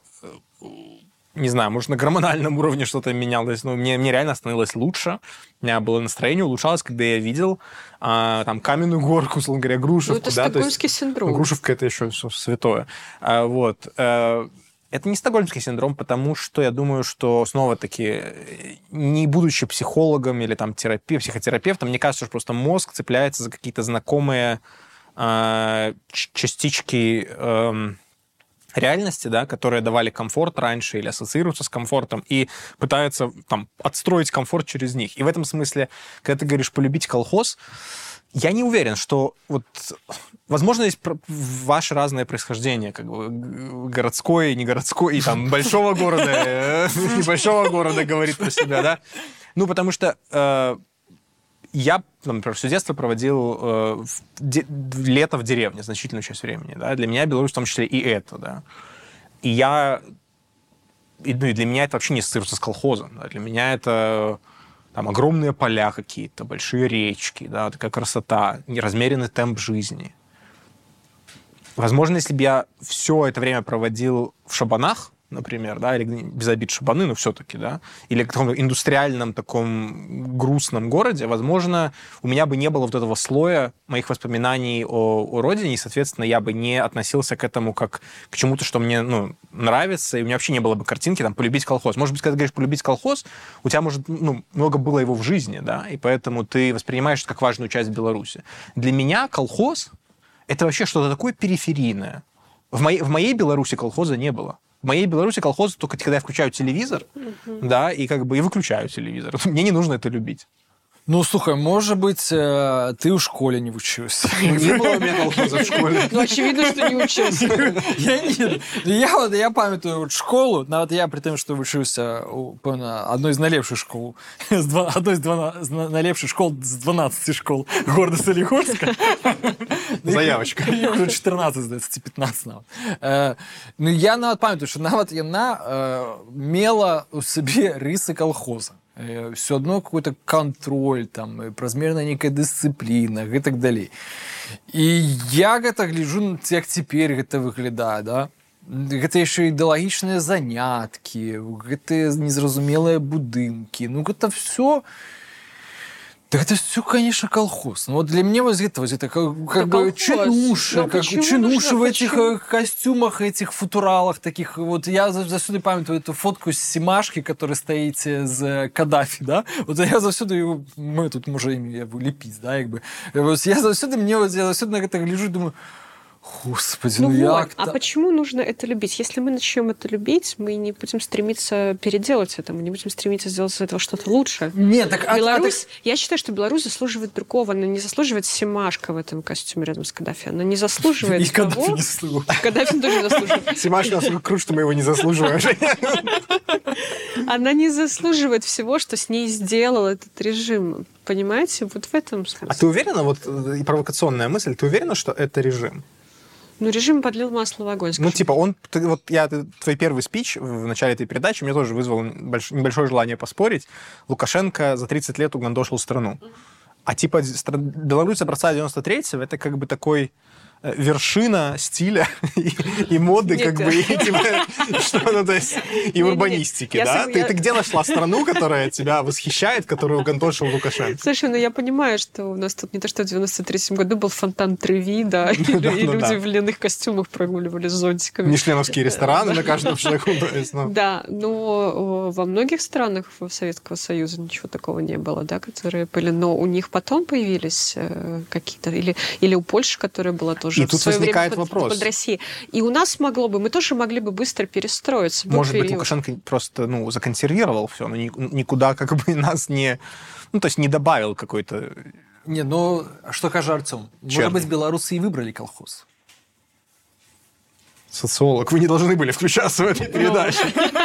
не знаю, может, на гормональном уровне что-то менялось, но мне, мне реально становилось лучше, у меня было настроение, улучшалось, когда я видел а, там каменную горку, условно говоря, Грушевку. Ну, это да, стокгольмский синдром. Ну, Грушевка — это еще все святое. А, вот. А, это не стокгольмский синдром, потому что я думаю, что, снова-таки, не будучи психологом или там, терапи- психотерапевтом, мне кажется, что просто мозг цепляется за какие-то знакомые а, частички... А, реальности, да, которые давали комфорт раньше или ассоциируются с комфортом, и пытаются там, отстроить комфорт через них. И в этом смысле, когда ты говоришь «полюбить колхоз», я не уверен, что вот, возможно, есть ваше разное происхождение, как бы городское, не городское, и там большого города, небольшого города говорит про себя, да. Ну, потому что я, например, все детство проводил э, в де- лето в деревне, значительную часть времени. Да? Для меня Беларусь в том числе и это. Да? И я... И, ну, и для меня это вообще не ассоциируется с колхозом. Да? Для меня это там, огромные поля какие-то, большие речки, да? Такая красота, неразмеренный темп жизни. Возможно, если бы я все это время проводил в Шабанах, например, да, или без обид Шабаны, но все-таки, да, или в таком индустриальном таком грустном городе, возможно, у меня бы не было вот этого слоя моих воспоминаний о, о родине, и, соответственно, я бы не относился к этому как к чему-то, что мне, ну, нравится, и у меня вообще не было бы картинки, там, полюбить колхоз. Может быть, когда ты говоришь полюбить колхоз, у тебя, может, ну, много было его в жизни, да, и поэтому ты воспринимаешь это как важную часть Беларуси. Для меня колхоз — это вообще что-то такое периферийное. В моей, в моей Беларуси колхоза не было. В моей Беларуси колхоз только когда я включаю телевизор, uh-huh. да, и как бы и выключаю телевизор. Мне не нужно это любить. Ну, слухай, может быть, э, ты в школе не учился. Не было у меня колхоза в школе. Ну, очевидно, что не учился. Я не... Я, вот, я памятаю вот школу, но вот я при том, что учился у, певно, одной из налепших школ, з два- одной из двана- з на- налепших школ з дванадцати школ города Солігорська. Заявочка. Їх вже чотирнадцять, здається, ці п'ятнадцять навіть. Е, ну, я навіть пам'ятаю, що навіть вона е, мела у собі риси колхоза. Е, все одно какой-то контроль, там, е, празмерная некая дисципліна і так далі. І я гэта гляджу, як цяпер гэта выглядае, да? Гэта яшчэ ідэалагічныя заняткі, гэтыя незразумелыя будынкі. Ну, гэта все... Да это все, конечно, колхоз. Ну, вот для меня вот это, вот это как, как Да бы колхоз. чинуши, Ну, как почему чинуши нужно? в этих Почему? э, костюмах, этих футуралах таких. Вот я за- завсюду памятаю эту фотку с Симашки, который стоите з Каддафі, да? Вот я завсюду его, мы тут можем его лепить, да, как бы. Вот я завсюду, мне вот, я завсюду на это гляжу и думаю, господи, Ну, ну, вот, як а та- почему нужно это любить? Если мы начнем это любить, мы не будем стремиться переделать это, мы не будем стремиться сделать из этого что-то лучше. Нет, так... а- а Беларусь, я считаю, что Беларусь заслуживает другого. Она не заслуживает Симашка в этом костюме рядом с Каддафи. Она не так- заслуживает И Каддафи того... не слышу. Каддафи тоже не заслуживает. Симашка настолько крут, что мы его не заслуживаем. Она не заслуживает всего, что с ней сделал этот режим. Понимаете? Вот в этом смысле. А ты уверена, вот э, и провокационная мысль, ты уверена, что это режим? Ну, режим подлил масло в огонь, Ну, скажем. типа, он, ты, вот я, ты- твой первый спич в начале этой передачи мне тоже вызвал больш- небольшое желание поспорить. Лукашенко за тридцать лет угандошил страну. А типа стра- Беларусь образца девяносто третьего это как бы такой э, вершина стиля и, и моды, Нет, как бы, и, типа, что, ну, то есть, и Не-не-не. урбанистики, Я да? сог- Ты, я- ты где нашла страну, которая тебя восхищает, которую угандошил Лукашенко? Слушай, ну я понимаю, что у нас тут не то, что в девяносто третьем году был фонтан Треви, да, и, Ну да, и ну люди да. в льняных костюмах прогуливали с зонтиками. Мишленовские рестораны на каждом шагу. То есть, ну. Да, но э, во многих странах Советского Союза ничего такого не было, да, которые были, но у них потом появились э, какие-то, или, или у Польши, которая была тоже И в тут свое время возникает под, вопрос. под Россией. И у нас могло бы, мы тоже могли бы быстро перестроиться. Был Может быть, период. Лукашенко просто ну, законсервировал все, но ни- никуда как бы нас не... Ну, то есть не добавил какой-то... Не, ну, что каже Артем? Может Черный. быть, белорусы и выбрали колхоз. Социолог, вы не должны были включаться в эту передачу.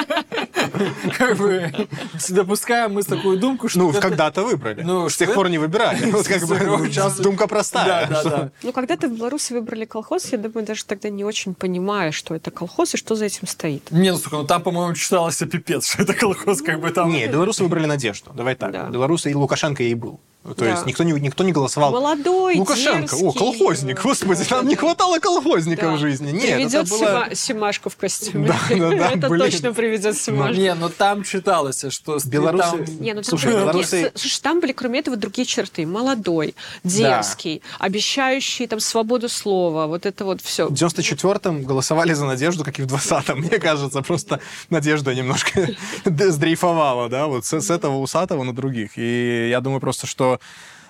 Как бы допускаем мы с такую думку, что... Ну, это- когда-то выбрали. Ну, С тех что пор не выбирали. Вот как бы ну, Сейчас- думка простая. Да, да, да. Ну, когда-то в Беларуси выбрали колхоз, я думаю, даже тогда не очень понимая, что это колхоз и что за этим стоит. Не, ну, сука, ну там, по-моему, читалось пипец, что это колхоз, как бы там... Не, белорусы выбрали Надежду. Давай так. Да. Белорусы и Лукашенко ей был. То Да. есть никто не, никто не голосовал. Молодой, Лукашенко, о, дерзкий. колхозник, господи, Да, нам да, не да. хватало колхозника Да. в жизни. Нет, это Приведет было... Сима- Симашку в костюме. Да, да, да, Это блин. точно приведет Симашку. Не, ну там читалось, что... Белорусы- там- Не, ну там, Слушай, были другие- белорусы- слушай, там были, кроме этого, другие черты. Молодой, дерзкий, обещающий там свободу слова. Вот это вот все. В девяносто четвёртом голосовали за Надежду, как и в двадцатом. Мне кажется, просто Надежда немножко сдрейфовала, да, вот с, с этого усатого на других. И я думаю просто, что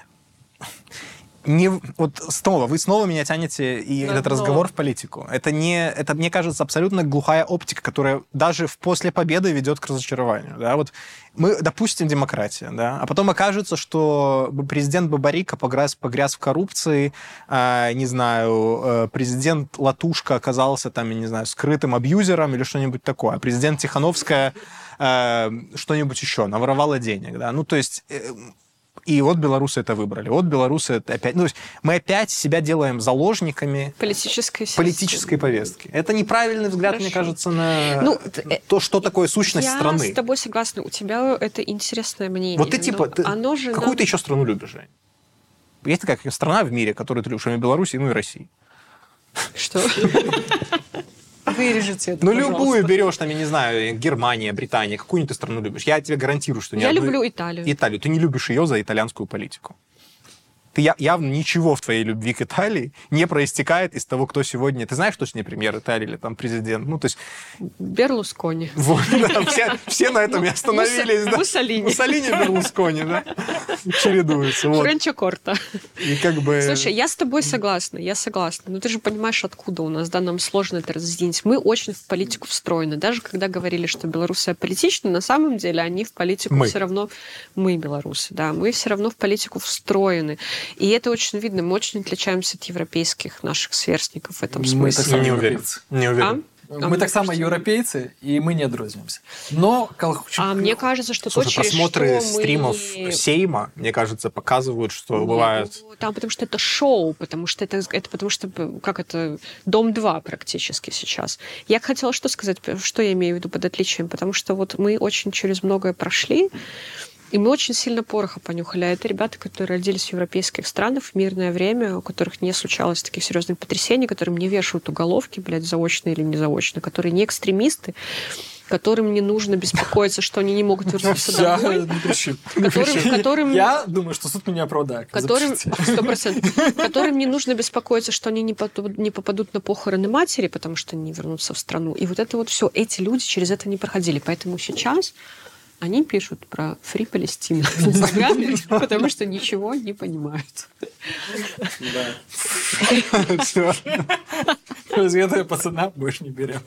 не, вот снова, вы снова меня тянете и Да, этот снова. разговор в политику. Это, не, это, мне кажется, абсолютно глухая оптика, которая даже в после победы ведет к разочарованию. Да? Вот мы, допустим, демократия, да? А потом окажется, что президент Бабарика погряз, погряз в коррупции, э, не знаю, э, президент Латушка оказался там, я не знаю, скрытым абьюзером или что-нибудь такое. А президент Тихановская э, что-нибудь еще, наворовала денег. Да? Ну, то есть... Э, И вот белорусы это выбрали. Вот белорусы это опять... Ну, то есть мы опять себя делаем заложниками Политической системы. политической повестки. Это неправильный взгляд, Хорошо. мне кажется, на Ну, т- то, что такое сущность Я страны. с тобой согласна. У тебя это интересное мнение. Вот ты но типа... ты оно же какую нам- ты еще страну любишь, Жень? Есть такая страна в мире, которую ты любишь, кроме Беларуси, ну и России? Что? Вырежете это, Ну, пожалуйста. любую берешь, там, я не знаю, Германия, Британия, какую-нибудь ты страну любишь. Я тебе гарантирую, что ни Я одной- люблю Италию. Италию. Ты не любишь ее за итальянскую политику. ты я, явно ничего в твоей любви к Италии не проистекает из того, кто сегодня... Ты знаешь, кто с ней премьер Италии или там президент? Ну, то есть... Берлускони. Вот, да, все, все на этом и остановились. Да. Муссолини. Муссолини, Берлускони, да. Чередуются. Вот. Френчо Корта. И как бы... Слушай, я с тобой согласна, я согласна. Но ты же понимаешь, откуда у нас, да, нам сложно это разъединить. Мы очень в политику встроены. Даже когда говорили, что белорусы аполитичны, на самом деле они в политику мы. все равно... Мы, белорусы, да. Мы все равно в политику встроены. И это очень видно. Мы очень отличаемся от европейских наших сверстников в этом Мы смысле. так само Не уверен. европейцы. Не уверен. А? А Мы так само кажется, европейцы, и мы не друзимся. Но... А мне кажется, что Слушай, то, через просмотры что мы... стримов Сейма, мне кажется, показывают, что бывают... Ну, там потому что это шоу, потому что это, это потому что, как это, Дом два практически сейчас. Я хотела что сказать, что я имею в виду под отличием, потому что вот мы очень через многое прошли, и мы очень сильно пороха понюхали. А это ребята, которые родились в европейских странах в мирное время, у которых не случалось таких серьезных потрясений, которым не вешают уголовки, блядь, заочно или незаочно, которые не экстремисты, которым не нужно беспокоиться, что они не могут вернуться домой. Которым, которым, Я думаю, что суд меня оправдает. которым, сто процентов, которым не нужно беспокоиться, что они не попадут, не попадут на похороны матери, потому что они вернутся в страну. И вот это вот все, эти люди через это не проходили. Поэтому сейчас они пишут про Фри Палестина в Инстаграме, потому что ничего не понимают. Этого пацана больше не берем.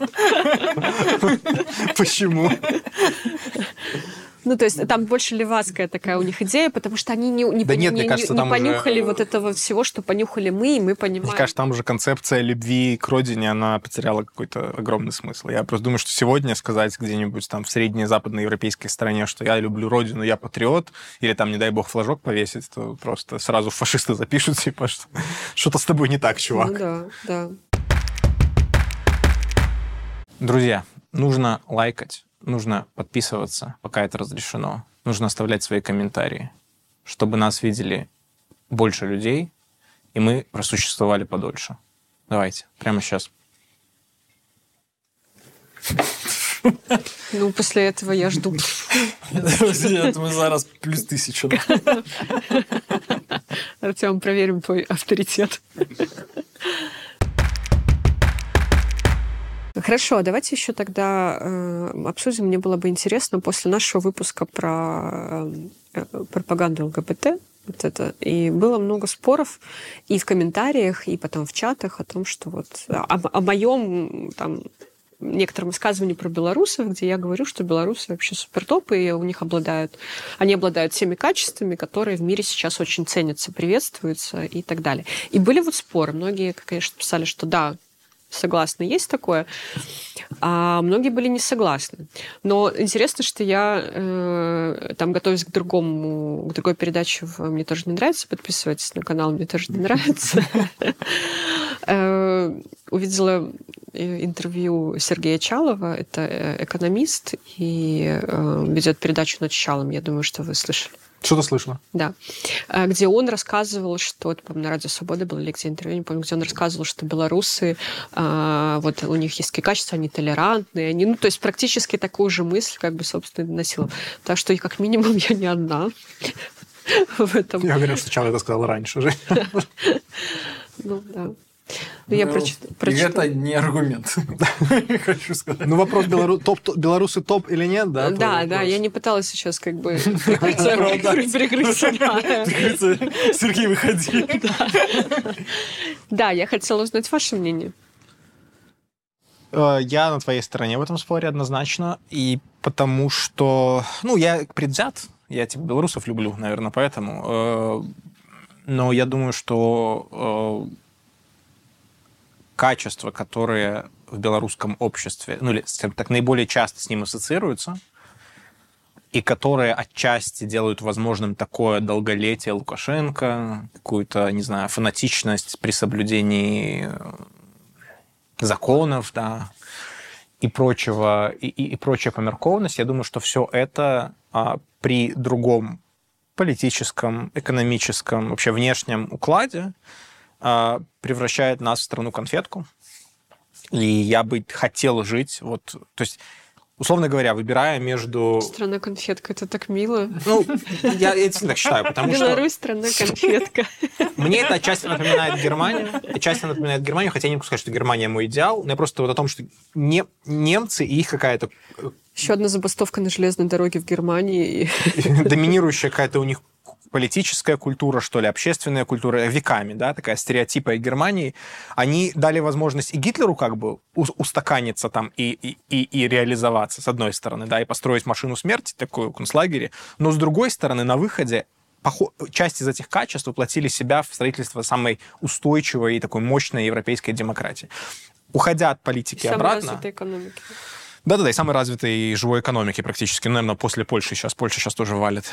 Почему? Ну, то есть там больше левацкая такая у них идея, потому что они не, не, Да нет, не, мне кажется, не там понюхали уже... вот этого всего, что понюхали мы, и мы понимаем. Мне кажется, там уже концепция любви к родине, она потеряла какой-то огромный смысл. Я просто думаю, что сегодня сказать где-нибудь там в средней западноевропейской стране, что я люблю родину, я патриот, или там, не дай бог, флажок повесить, то просто сразу фашисты запишут, типа, что что-то с тобой не так, чувак. Ну да, да. Друзья, нужно лайкать, нужно подписываться, пока это разрешено. Нужно оставлять свои комментарии, чтобы нас видели больше людей, и мы просуществовали подольше. Давайте, прямо сейчас. Ну, после этого я жду. Мы зараз плюс тысячу. Артем, проверим твой авторитет. Хорошо, давайте еще тогда э, обсудим. Мне было бы интересно после нашего выпуска про э, пропаганду ЛГБТ, вот это, и было много споров и в комментариях, и потом в чатах о том, что вот о, о моем там некотором высказывании про белорусов, где я говорю, что белорусы вообще супертоп, и у них обладают, они обладают теми качествами, которые в мире сейчас очень ценятся, приветствуются и так далее. И были вот споры. Многие, конечно, писали, что да, согласны, есть такое, а многие были не согласны. Но интересно, что я, э, там, готовясь к другому, к другой передаче в «Мне тоже не нравится», подписывайтесь на канал «Мне тоже не нравится», увидела интервью Сергея Чалова, это экономист, и ведет передачу «Ночь с Чалом», я думаю, что вы слышали. Что-то слышно. Да. Где он рассказывал, что... Это, по-моему, на Радио Свобода было или где интервью, не помню, где он рассказывал, что белорусы, вот у них есть такие качества, они толерантные, они, ну, то есть практически такую же мысль, как бы, собственно, доносила. Так что, как минимум, я не одна в этом. Я уверен, что Чалов это сказал раньше же. Ну, да. Ну, я Ну, прочитала. И это не аргумент. Хочу сказать. Ну, вопрос, белору... топ, топ, белорусы топ или нет, да? Да, да, я не пыталась сейчас как бы прикрыться. Сергей, выходи. Да, я хотела узнать ваше мнение. Я на твоей стороне в этом споре однозначно, и потому что, ну, я предвзят, я типа белорусов люблю, наверное, поэтому, но я думаю, что качества, которые в белорусском обществе, ну, или, скажем так, наиболее часто с ним ассоциируются, и которые отчасти делают возможным такое долголетие Лукашенко, какую-то, не знаю, фанатичность при соблюдении законов, да, и прочего, и, и, и прочая померкованность, я думаю, что все это а, при другом политическом, экономическом, вообще внешнем укладе превращает нас в страну-конфетку. И я бы хотел жить, вот, то есть условно говоря, выбирая между... Страна-конфетка, это так мило. Ну, я, я действительно так считаю, потому что... Беларусь, страна-конфетка. Мне это отчасти напоминает Германию, отчасти напоминает Германию, хотя я не могу сказать, что Германия мой идеал, но я просто вот о том, что не, немцы и их какая-то... Еще одна забастовка на железной дороге в Германии. Доминирующая какая-то у них политическая культура, что ли, общественная культура веками, да, такая стереотипа Германии, они дали возможность и Гитлеру как бы устаканиться там и, и, и, и реализоваться, с одной стороны, да, и построить машину смерти, такую концлагере, но с другой стороны, на выходе часть из этих качеств воплотили себя в строительство самой устойчивой и такой мощной европейской демократии. Уходя от политики Самой обратно... развитой экономики. Да-да-да, и самой развитой живой экономики практически, наверное, после Польши сейчас. Польша сейчас тоже валит.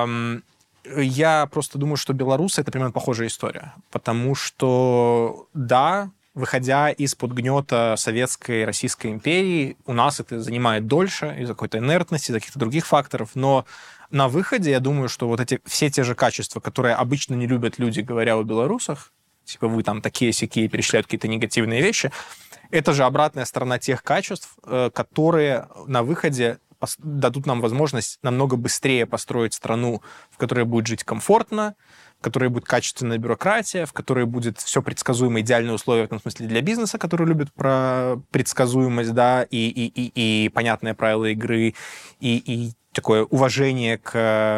Я просто думаю, что белорусы — это примерно похожая история. Потому что, да, выходя из-под гнета Советской и Российской империи, у нас это занимает дольше из-за какой-то инертности, из-за каких-то других факторов, но на выходе я думаю, что вот эти все те же качества, которые обычно не любят люди, говоря о белорусах, типа вы там такие-сякие, перечисляют какие-то негативные вещи, это же обратная сторона тех качеств, которые на выходе дадут нам возможность намного быстрее построить страну, в которой будет жить комфортно, в которой будет качественная бюрократия, в которой будет все предсказуемо, идеальные условия, в том смысле, для бизнеса, который любит про предсказуемость, да, и, и, и, и понятные правила игры, и, и такое уважение к,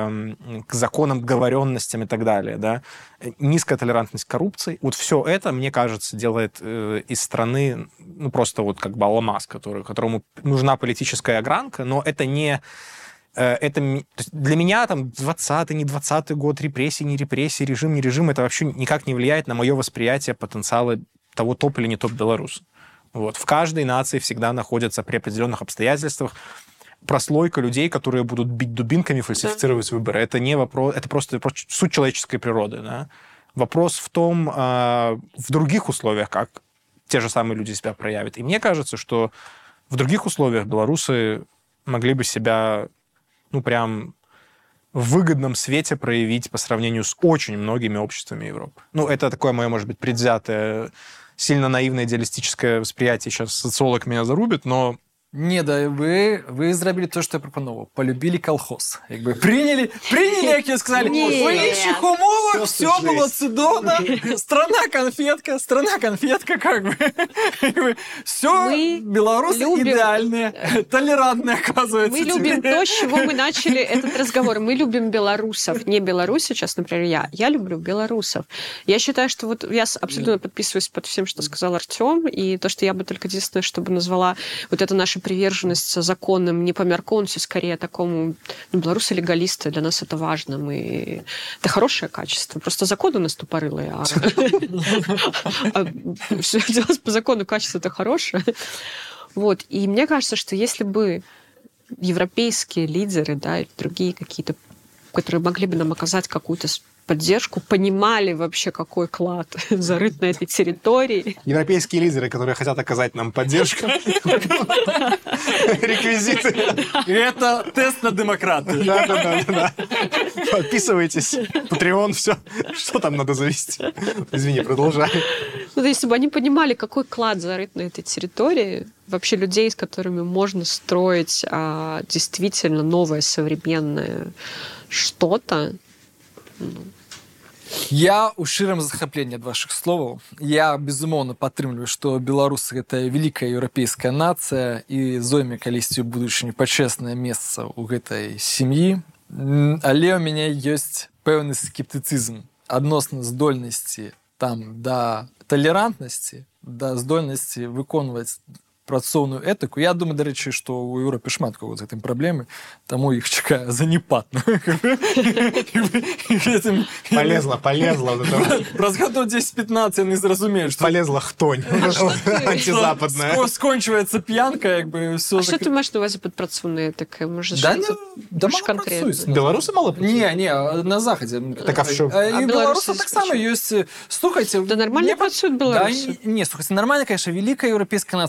к законам, договоренностям и так далее, да, низкая толерантность к коррупции. Вот все это, мне кажется, делает э, из страны, ну, просто вот как бы алмаз, который, которому нужна политическая огранка, но это не... Э, это, для меня там двадцатый, не двадцатый год, репрессии, не репрессии, режим, не режим, это вообще никак не влияет на мое восприятие потенциала того, топ или не топ белорус. Вот. В каждой нации всегда находятся при определенных обстоятельствах прослойка людей, которые будут бить дубинками, фальсифицировать да. выборы. Это не вопрос, это просто суть человеческой природы. Да? Вопрос в том, э, в других условиях, как те же самые люди себя проявят. И мне кажется, что в других условиях белорусы могли бы себя, ну, прям в выгодном свете проявить по сравнению с очень многими обществами Европы. Ну, это такое мое, может быть, предвзятое, сильно наивное идеалистическое восприятие. Сейчас социолог меня зарубит, но Не, да, ви, ви зробили те, що я пропонував. Полюбили колхоз. Якби прийняли, прийняли, як я сказали, Ні. в інших умовах все Просто було жесть. чудовно. Страна-конфетка, страна-конфетка, как бы. Якби все, Мы белорусы любим- идеальные, толерантные, оказывается. Мы любим то, с чего мы начали этот разговор. Мы любим белорусов. Не Беларусь сейчас, например, я. Я люблю белорусов. Я считаю, что вот я с- абсолютно подписываюсь под всем, что сказал Артем, и то, что я бы только единственное, чтобы назвала вот это наша приверженность законным, не по мерконцу, скорее такому, ну, белорусы легалисты, для нас это важно. Мы... Это хорошее качество. Просто закон у нас тупорылый, а все делать по закону, качество это хорошее. Вот. И мне кажется, что если бы европейские лидеры, да, или другие какие-то, которые могли бы нам оказать какую-то поддержку, понимали вообще, какой клад зарыт на этой территории. европейские лидеры, которые хотят оказать нам поддержку. Реквизиты. Это тест на демократию. Да-да-да. Подписывайтесь. Patreon, все. Что там надо завести? Извини, продолжай. Ну, то если бы они понимали, какой клад зарыт на этой территории, вообще людей, с которыми можно строить а, действительно новое, современное что-то. Я у шчырым захаплення ад вашых словаў. Я, безумоўна, падтрымліваю, што беларусы — гэта вялікая еўрапейская нацыя і зойме калісьці ў будучыні пачэснае месца ў гэтай сям'і. М, Але ў мяне ёсць пэўны скептыцызм адносна здольнасці там да талерантнасці, да здольнасці выконваць працоўную этыку. Я думаю, дарэчы, што ў Еўропе шмат кого з гэтым праблемы, таму іх чакае заняпад. Полезла, полезла. вот это. Праз гадоў дзесяць-пятнаццаць яны зразумеюць, што Полезла хтонь. Антизападная. Ско- скончваецца п'янка, як бы ўсё. А что ты маешь на увазе под працоўнай этакай? Может, Да, что-то не- да больш мало конкретно? працуюць. Белорусы мало Не, не, на захадзе. Так, а що? І А беларусы беларусы таксама ёсць. Слухайце, Да нормально мне па- працуюць Да, беларусы. не, не, слухайте, нормально, конечно, великая европейская нация, шмат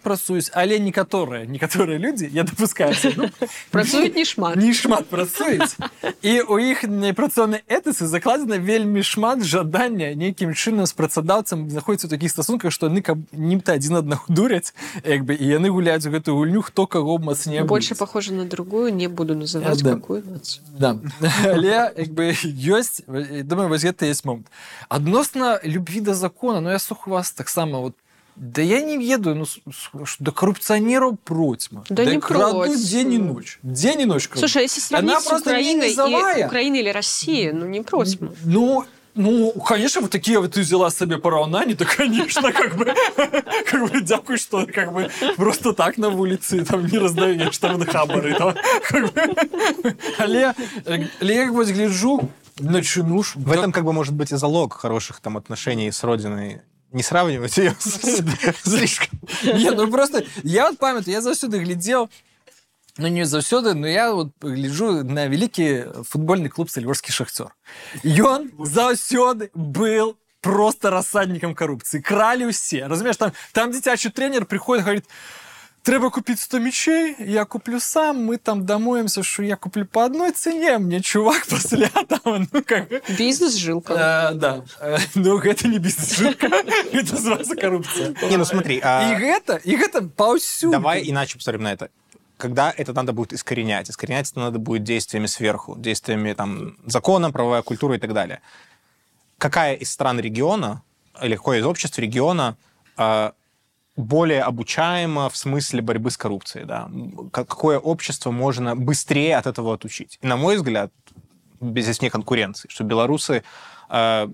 працуюць, але некаторыя некаторыя людзі, я дапускаю, ну, Працуюць не шмат. не шмат працуюць. І у іх працоўнай этыцы закладзена вельмі шмат жадання нейкім чынам з працадаўцам знаходзіцца ў такіх стасунках, што яны каб нібыта адзін аднаго дуряць, як бы, і яны гуляюць у гэтую гульню, хто каго мацнее. Больше похоже на другую, не буду называть Да. какую нацию. Да. Але як бы ёсць, думаю, вось гэта есть момант. Адносна любві да закона, ну я слухаю вас таксама, вот, да я не ведаю, ну, да коррупционеров процьма. Да не крадут против. день и ночь. День и ночь крадут. Слушай, а если сравнить Она с просто Украиной, не низовая. и, Украиной или Россией, ну не против. Ну, ну, конечно, вот такие вот ты взяла себе параўнанні, то, конечно, как бы, как бы, дякую, что как бы просто так на улице там не раздаешь там на хабары, там, как бы. Але, але я вот гляжу, начну... В этом как бы может быть и залог хороших там отношений с родиной. Не сравнивать ее слишком. Не, ну просто, я вот памятаю, я заўсёды глядзеў, ну не заўсёды, но я вот гляджу на вялікі футбольны клуб «Сальвожскі Шахцёр». Ён заўсёды был просто рассадником коррупции. Крали все. Разумеешь, там, там дзіцячы тренер приходит, говорит, трэба купить сто мячей, я куплю сам, мы там домоемся, что я куплю по одной цене, мне чувак после там, ну как бы... Бизнес-жилка. А, да, но это не бизнес-жилка, это называется коррупция. Не, ну смотри. а- И это, и это повсюду. Давай иначе посмотрим на это. Когда это надо будет искоренять? Искоренять это надо будет действиями сверху, действиями там закона, правовая культура и так далее. Какая из стран региона, или какое из обществ региона э, более обучаемо в смысле борьбы с коррупцией? Да? Как- Какое общество можно быстрее от этого отучить? И, на мой взгляд, без здесь вне конкуренции, что белорусы э,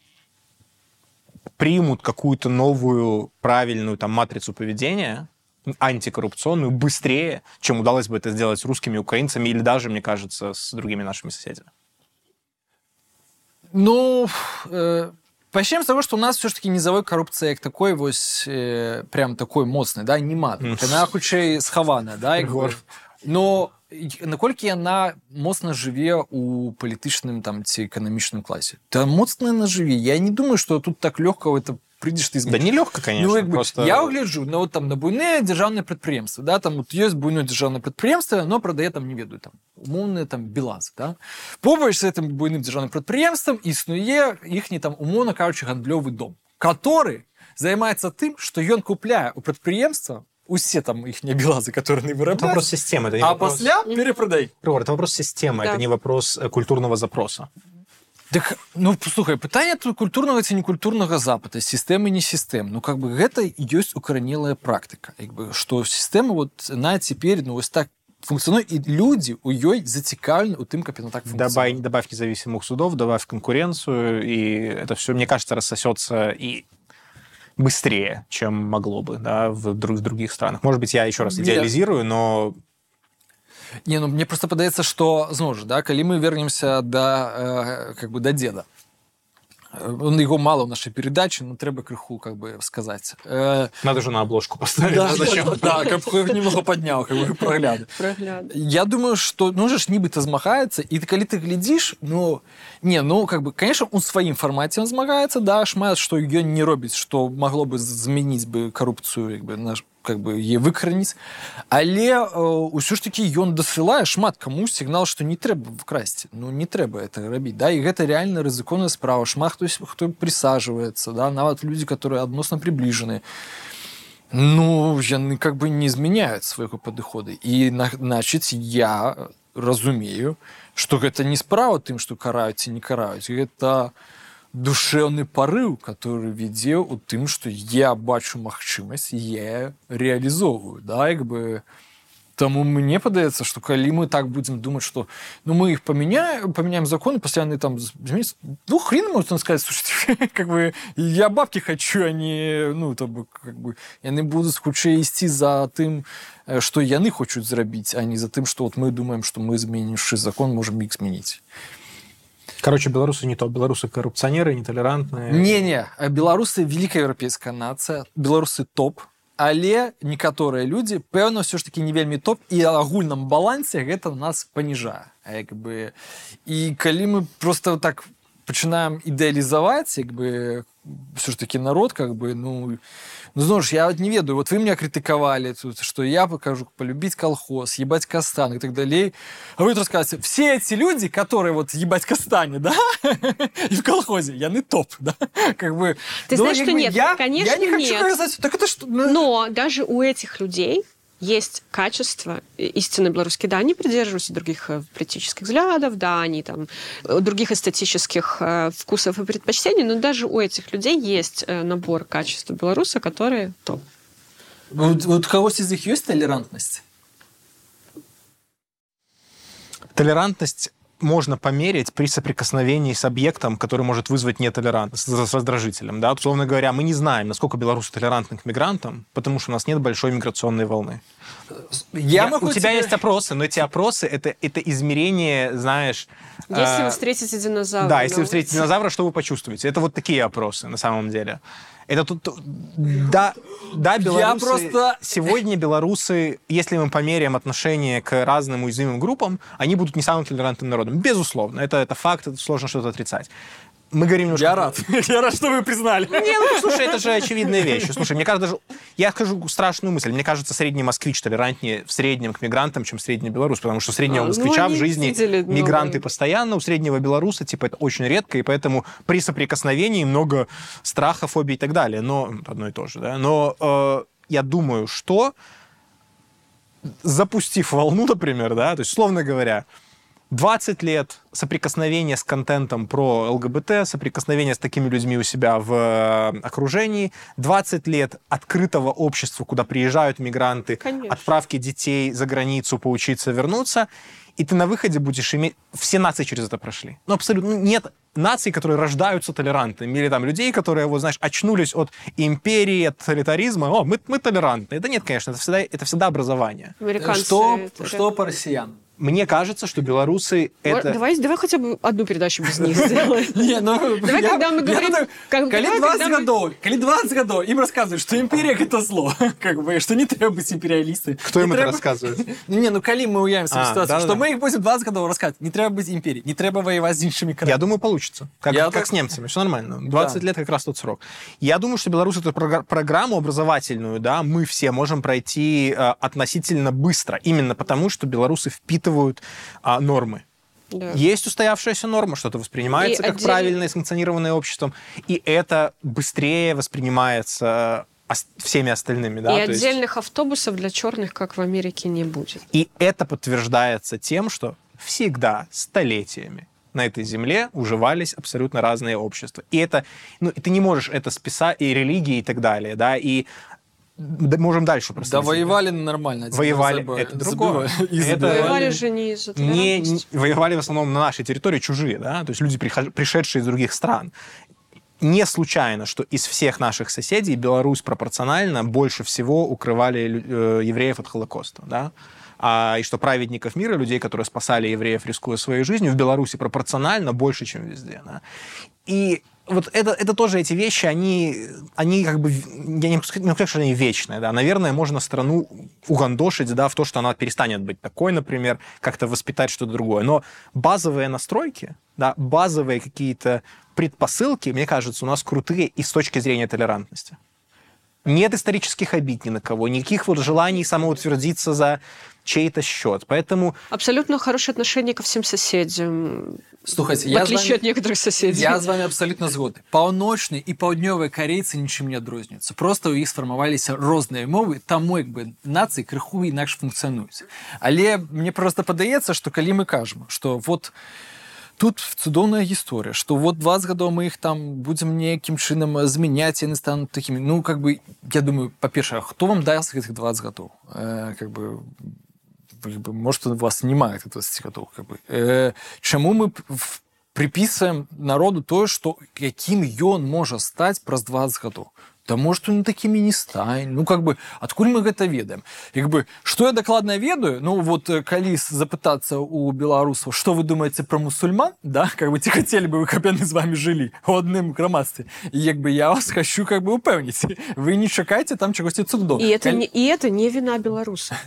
примут какую-то новую правильную там матрицу поведения, антикоррупционную, быстрее, чем удалось бы это сделать с русскими, украинцами или даже, мне кажется, с другими нашими соседями. Ну, э, пачнем з таго, што у нас все ж таки низовой коррупцыя як такой вось э, прям такой моцнай, да, нема. Яна хутчэй схаваная, да, як бы. Но наколькі яна моцна жыве у палітычным там ці эканамічным класе? Да моцна яна жыве. Я не думаю, што тут так лёгка это прыйдзеш ты Да нелегко, конечно. Ну, як бы, просто... я угляджу на, вот, там, на буйныя дзяржаўныя прадпрыемствы, да, там вот ёсць буйное дзяржаўнае прадпрыемства, оно прадае там не ведаю там умоўныя там белазы, да. Побач з гэтым буйным дзяржаўным прадпрыемствам існуе іхні там умоўна кажучы гандлёвы дом, который займаецца тым, што ён купляе у прадпрыемства усе там іхнія белазы, которые они Это вырабляют, вопрос системы. Это не а вопрос... пасля перепрадай. Ригор, это вопрос системы, Да. это не вопрос э, культурного запроса. Так, ну, слухай, пытанне тут культурнага ці некультурнага запыта, сістэмы не сістэм. Ну, как бы гэта ёсць укаранелая практыка. Як бы, што сістэма вот на цяпер, ну, вось так функцыянуе, і людзі ў ёй зацікаўлены ў тым, каб яна так Добавь, функцыянуе. добавь независимых судов, добавь конкуренцию, и это все, мне кажется, рассосется и быстрее, чем могло бы, да, в, друг, в других странах. Может быть, я еще раз Нет. идеализирую, но... Не, ну, мне просто падаецца, што, зноў жа, да, калі мы вернемся да, э, как бы, да деда, он его мало в нашей передаче, но трэба крыху, как бы, сказать. Э, Надо же на обложку поставить. да, а зачем? да, как бы немного поднял, как бы, прогляды. Прогляд. Я думаю, что, ну, же ж нібыта змагаецца, і калі ты глядзіш, ну, не, ну, как бы, конечно, у сваім фармаце он змагаецца, да, шмат, што ён не робіць, што магло бы змяніць бы карупцыю, як бы, наш, как бы, е выкараніць, але э, ўсё ж такі ён дасылае шмат каму сігнал, што не трэба вкрасці, ну, не трэба это рабіць, да, і гэта реально рызыкоўная справа, шмат хто, хто присаживается, да, нават людзі, которые адносна приближены, ну, яны как бы не змяняюць свайго падыхода. І, значыць, я разумею, што гэта не справа тым, што караюць ці не караюць, гэта душэўны парыў, который вядзе ў тым, што я бачу магчымасць, я реалізоўваю, да, як бы. Таму мне падаецца, што калі мы так будзем думаць, што ну мы іх памяняем, памяняем законы, пасля яны там зменяцца, ну хрен можна сказаць, слушайте, как бы я бабки хочу, а не, ну, там, как бы яны будуць хутчэй ісці за тым, што яны хочуць зрабіць, а не за тым, што вот мы думаем, што мы зменіўшы закон можам іх змяніць. Короче, белорусы не то. Белорусы коррупционеры, нетолерантные. Не-не, беларусы великая европейская нация, беларусы топ, але некаторыя людзі, пэўна, ўсё ж таки не вельмі топ, і агульным балансе гэта нас паніжае. Як бы... І калі мы просто так пачынаем ідэалізаваць як бы все ж таки народ как бы ну ну знаешь я вот не ведаю вот вы меня критиковали тут что я покажу полюбить колхоз ебать кастан и так далее а вы рассказываете все эти люди которые вот ебать кастане да и в колхозе яны топ да как бы ты ну, знаешь что бы, нет я, конечно я не хочу нет сказать, так это что ну... но даже у этих людей есть качество, истинно белорусские, да, они придерживаются других политических взглядов, да, они там, других эстетических э, вкусов и предпочтений, но даже у этих людей есть э, набор качеств белоруса, которые топ. Вот, вот у кого-то из них есть толерантность? Толерантность можно померить при соприкосновении с объектом, который может вызвать нетолерантность, с раздражителем. Да? Условно говоря, мы не знаем, насколько белорусы толерантны к мигрантам, потому что у нас нет большой миграционной волны. Я Я, могу у тебя тебе... есть опросы, но эти опросы это, — это измерение, знаешь... Если э, вы встретите динозавра. Да, если вы встретите динозавра, что вы почувствуете? Это вот такие опросы на самом деле. Это тут... Да, да, белорусы... просто... Сегодня белорусы, если мы померяем отношение к разным уязвимым группам, они будут не самым толерантным народом. Безусловно. Это, это факт, это сложно что-то отрицать. Мы говорим немножко... Я рад. Я рад, что вы признали. Не, ну, слушай, это же очевидные вещи. Слушай, мне кажется, даже... Я скажу страшную мысль. Мне кажется, средний москвич толерантнее в среднем к мигрантам, чем средний белорус, потому что у среднего А, москвича ну, в жизни видели, мигранты но... постоянно, у среднего белоруса, типа, это очень редко, и поэтому при соприкосновении много страха, фобий и так далее. Но одно и то же, да. Но э, я думаю, что запустив волну, например, да, то есть, условно говоря, двадцать лет соприкосновения с контентом про ЛГБТ, соприкосновения с такими людьми у себя в окружении, двадцать лет открытого общества, куда приезжают мигранты, Конечно. отправки детей за границу, поучиться, вернуться, и ты на выходе будешь иметь... Все нации через это прошли. Ну, абсолютно нет наций, которые рождаются толерантными, или там людей, которые, вот, знаешь, очнулись от империи, от тоталитаризма. О, мы, мы толерантны. Это нет, конечно, это всегда, это всегда образование. Американцы... Что, это- что по россиян? Мне кажется, что белорусы это... Давай, давай хотя бы одну передачу без них сделаем. Не, ну, Давай, я- когда мы я говорим... так- как- Коли давай, двадцать когда мы- годов, коли двадцать годов, им рассказывают, что империя – это зло, как бы, что не треба быть империалистами. Кто им Не это треба- рассказывает? Не, ну коли мы уявимся в А, ситуацию, да-да-да. что мы их будем двадцать годов рассказывать, не треба быть империей, не треба воевать с іншими Я краями. думаю, получится. Как, Я как так- с немцами. Все нормально. двадцать Да. лет как раз тот срок. Я думаю, что белорусы эту програ- программу образовательную, да, мы все можем пройти э, относительно быстро. Именно потому, что белорусы впитывают а, нормы. Да. Есть устоявшаяся норма, что-то воспринимается И как отдельно- правильное, санкционированное обществом, и это быстрее воспринимается ос- всеми остальными. Да? И То есть- отдельных автобусов для черных, как в Америке, не будет. И это подтверждается тем, что всегда, столетиями на этой земле уживались абсолютно разные общества. И это, ну, и ты не можешь это списать, и религии, и так далее, да, и да, можем дальше просто. Да воевали нормально. один Воевали, забывай- это другое. забывай. И Это- забывали. Воевали же не из-за Не, не- толерантности. воевали в основном на нашей территории чужие, да, то есть люди, прихож- пришедшие из других стран. Не случайно, что из всех наших соседей Беларусь пропорционально больше всего укрывали лю- э, евреев от Холокоста, да, а, и что праведников мира, людей, которые спасали евреев, рискуя своей жизнью, в Беларуси пропорционально больше, чем везде, да. И вот это, это тоже эти вещи, они, они как бы, я не могу сказать, не могу сказать, что они вечные, да. Наверное, можно страну угандошить, да, в то, что она перестанет быть такой, например, как-то воспитать что-то другое. Но базовые настройки, да, базовые какие-то предпосылки, мне кажется, у нас крутые и с точки зрения толерантности. Нет исторических обид ни на кого, никаких вот желаний самоутвердиться за чей-то счет. Поэтому Абсолютно хорошее отношение ко всем соседям. Слухайте, В я з отличие вами- от некоторых соседей. Я з вами абсолютно згодний. Паўночныя і паўднёвыя карейцы нічым не адрозніваюцца. Просто ў іх сфармаваліся розныя мовы, таму як бы нацыі крыху інакш функцыянуюць. Але мне просто падаецца, што калі мы кажам, што вот тут цудоўная гісторыя, што вот двадцать гадоў мы іх там будзем нейкім чынам змяняць, яны стануць такімі. Ну, как бы, я думаю, па-першае, хто вам даст гэтых двадцать гадоў? Э, как бы, как бы, может, у вас немає двадцать гадоў. Как бы. Э, чаму мы п- в- припісваем народу тое, што якім ён можа стаць праз двадцать гадоў? да может он такими не стане, ну как бы адкуль мы гэта ведаем, як бы што я дакладна ведаю, ну вот калі запытацца у беларусаў, што вы думаеце про мусульман, да, как бы ці хацелі бы вы, каб яны з вами жылі у адным грамадстве, і як бы я вас хочу как бы упэўніць, вы не чакаеце там чагосьці цудоў. И это, Калі... не, и это не вина белорусов.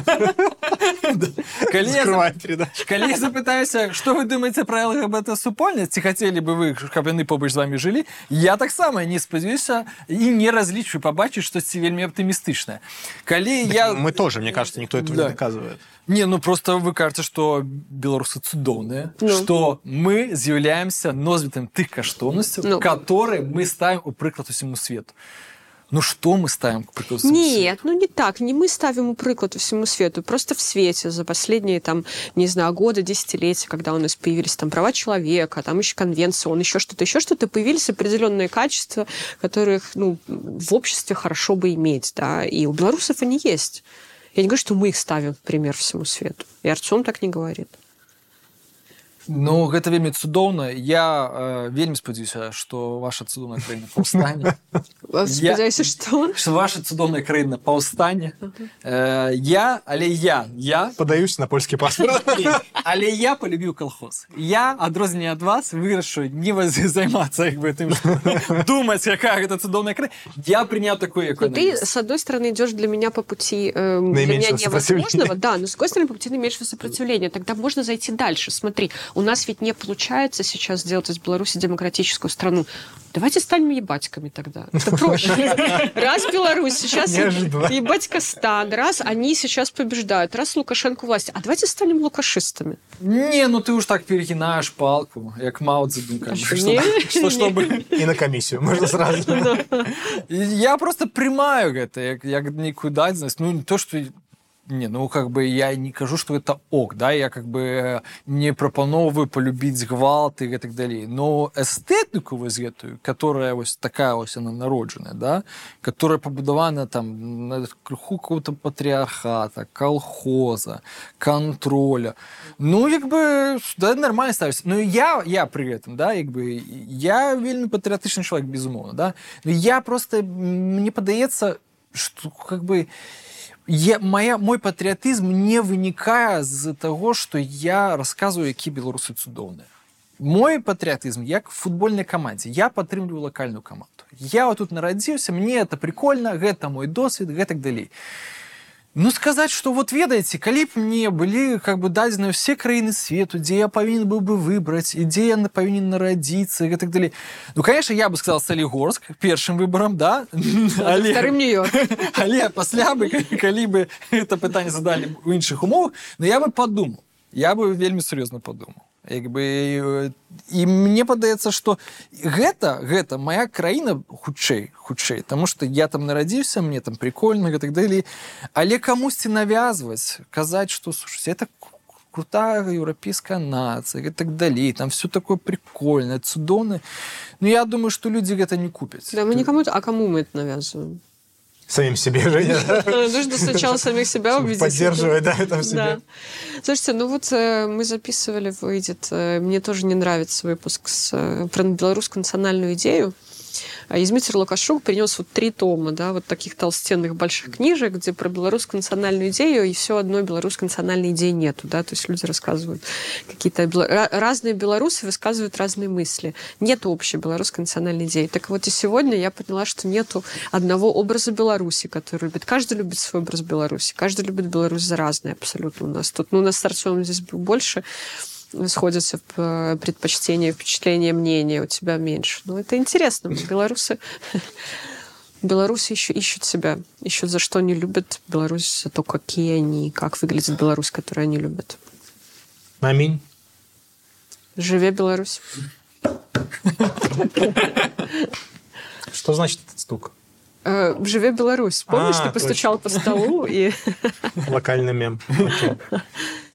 Калі я запытаюся, што вы думаеце про ЛГБТ-супольнасць, ці хацелі бы вы, каб яны побач з вами жылі, я таксама не спадзяюся і не разлічваю пабачыць штосьці вельмі аптымістычнае. Калі я... Мы тоже, мне кажется, никто этого да. не доказывает. Не, ну просто вы кажете, что белорусы цудоўныя, ну. Что мы з'яўляемся носьбітам тых каштоўнасцяў, ну. Которые мы ставим у прыклад усяму свету. Ну что мы ставим к прикладу всему Нет, свету? ну не так. Не мы ставим у прикладу всему свету. Просто в свете за последние, там, не знаю, годы, десятилетия, когда у нас появились там права человека, там еще конвенцион, еще что-то, еще что-то, появились определенные качества, которых, ну, в обществе хорошо бы иметь, да. И у белорусов они есть. Я не говорю, что мы их ставим в пример всему свету. И Артём так не говорит. Ну, гэта вельмі цудоўна. Я э, вельмі спадзяюся, што ваша цудоўная краіна паўстане. Спадзяюся, што? Што ваша цудоўная краіна паўстане. Э, я, але я, я... Падаюсь на польскі паспорт. Але я полюбіў колхоз. Я, адрозненне ад вас, вырашыў не займацца як бы тым, што думаць, якая гэта цудоўная краіна. Я прыняў такую, якую ты, с одной стороны, идешь для меня по пути э, для меня невозможного, да, но с другой стороны, по пути наименьшего сопротивления. Тогда можно зайти дальше. Смотри, у нас ведь не получается сейчас сделать из Беларуси демократическую страну. Давайте станем ебатьками тогда. Это проще. Раз Беларусь сейчас ебать Казахстан, раз они сейчас побеждают, раз Лукашенко власти, а давайте станем лукашистами. Не, ну ты уж так перегинаешь палку, як Мао Цзэдун. Что, чтобы... И на комиссию, можно сразу. Я просто прымаю гэта, як, як некую дадзенасць. Ну, то, что... Не, ну как бы я не кажу, что это ок, да, я как бы не прапановываю полюбіць гвалт и так далее. Но эстетику вось гэтую, которая вось такая вось она народжаная, да, которая побудована там на крыху какого-то патриархата, колхоза, контроля. Ну, як бы, да, нормально ставится. Но я, я при этом, да, як бы, я вельмі патриотичный человек, безумовно, да, но я просто, мне падаецца, что как бы Я, моя, мой патрыятызм не вынікае з таго, што я расказваю, які беларусы цудоўныя. Мой патрыятызм як в футбольнай камандзе. Я падтрымліваю лакальную каманду. Я вот тут нарадзіўся, мне это прикольно, гэта мой досвед, гэтак далей. Ну, сказаць, што вот ведаеце, калі б мне былі как бы дадзеныя ўсе краіны свету, дзе я павінен быў бы выбраць, і дзе я павінен нарадзіцца, і гэтак далей. Ну, конечно, я бы сказал Солігорск першым выборам, да? Але... Вторым Нью-Йорк. Але пасля бы, калі бы это пытанне задалі ў іншых умовах, но я бы подумал. Я бы вельмі сур'ёзна подумал. Як бы, і мне падаецца, што гэта, гэта моя краіна хутчэй, хутчэй, таму што я там нарадзіўся, мне там прикольно, і так далей. Але камусьці навязваць, казаць, што, слушайте, это крутая еўрапейская нацыя, і так далей, там все такое прикольное, цудоўнае. Ну, я думаю, што людзі гэта не купяць. Да, мы никому... А кому мы это навязываем? Самим себе, Женя. Нужно сначала самих себя убедить. Поддерживать, да, это в себе. Да. Слушайте, ну вот э, мы записывали, выйдет, э, мне тоже не нравится выпуск с, э, про белорусскую национальную идею. Измитер Лукашук принес вот три тома, да, вот таких толстенных больших книжек, где про белорусскую национальную идею, и все одной белорусской национальной идеи нету, да, то есть люди рассказывают какие-то... Разные белорусы высказывают разные мысли. Нету общей белорусской национальной идеи. Так вот и сегодня я поняла, что нету одного образа Беларуси, который любит... Каждый любит свой образ Беларуси. Каждый любит Беларусь за разные абсолютно у нас. Тут, ну, у нас с Артёмом здесь больше... сходятся в предпочтения, впечатления, мнения, у тебя меньше. Но это интересно. Белорусы, Белорусы еще ищут себя, ищут, за что они любят Беларусь, за то, какие они, как выглядит Беларусь, которую они любят. Аминь. Живе Беларусь. Что значит этот стук? Живе Беларусь. Помнишь, а, ты постучал точно. по столу и... Локальный мем. Okay.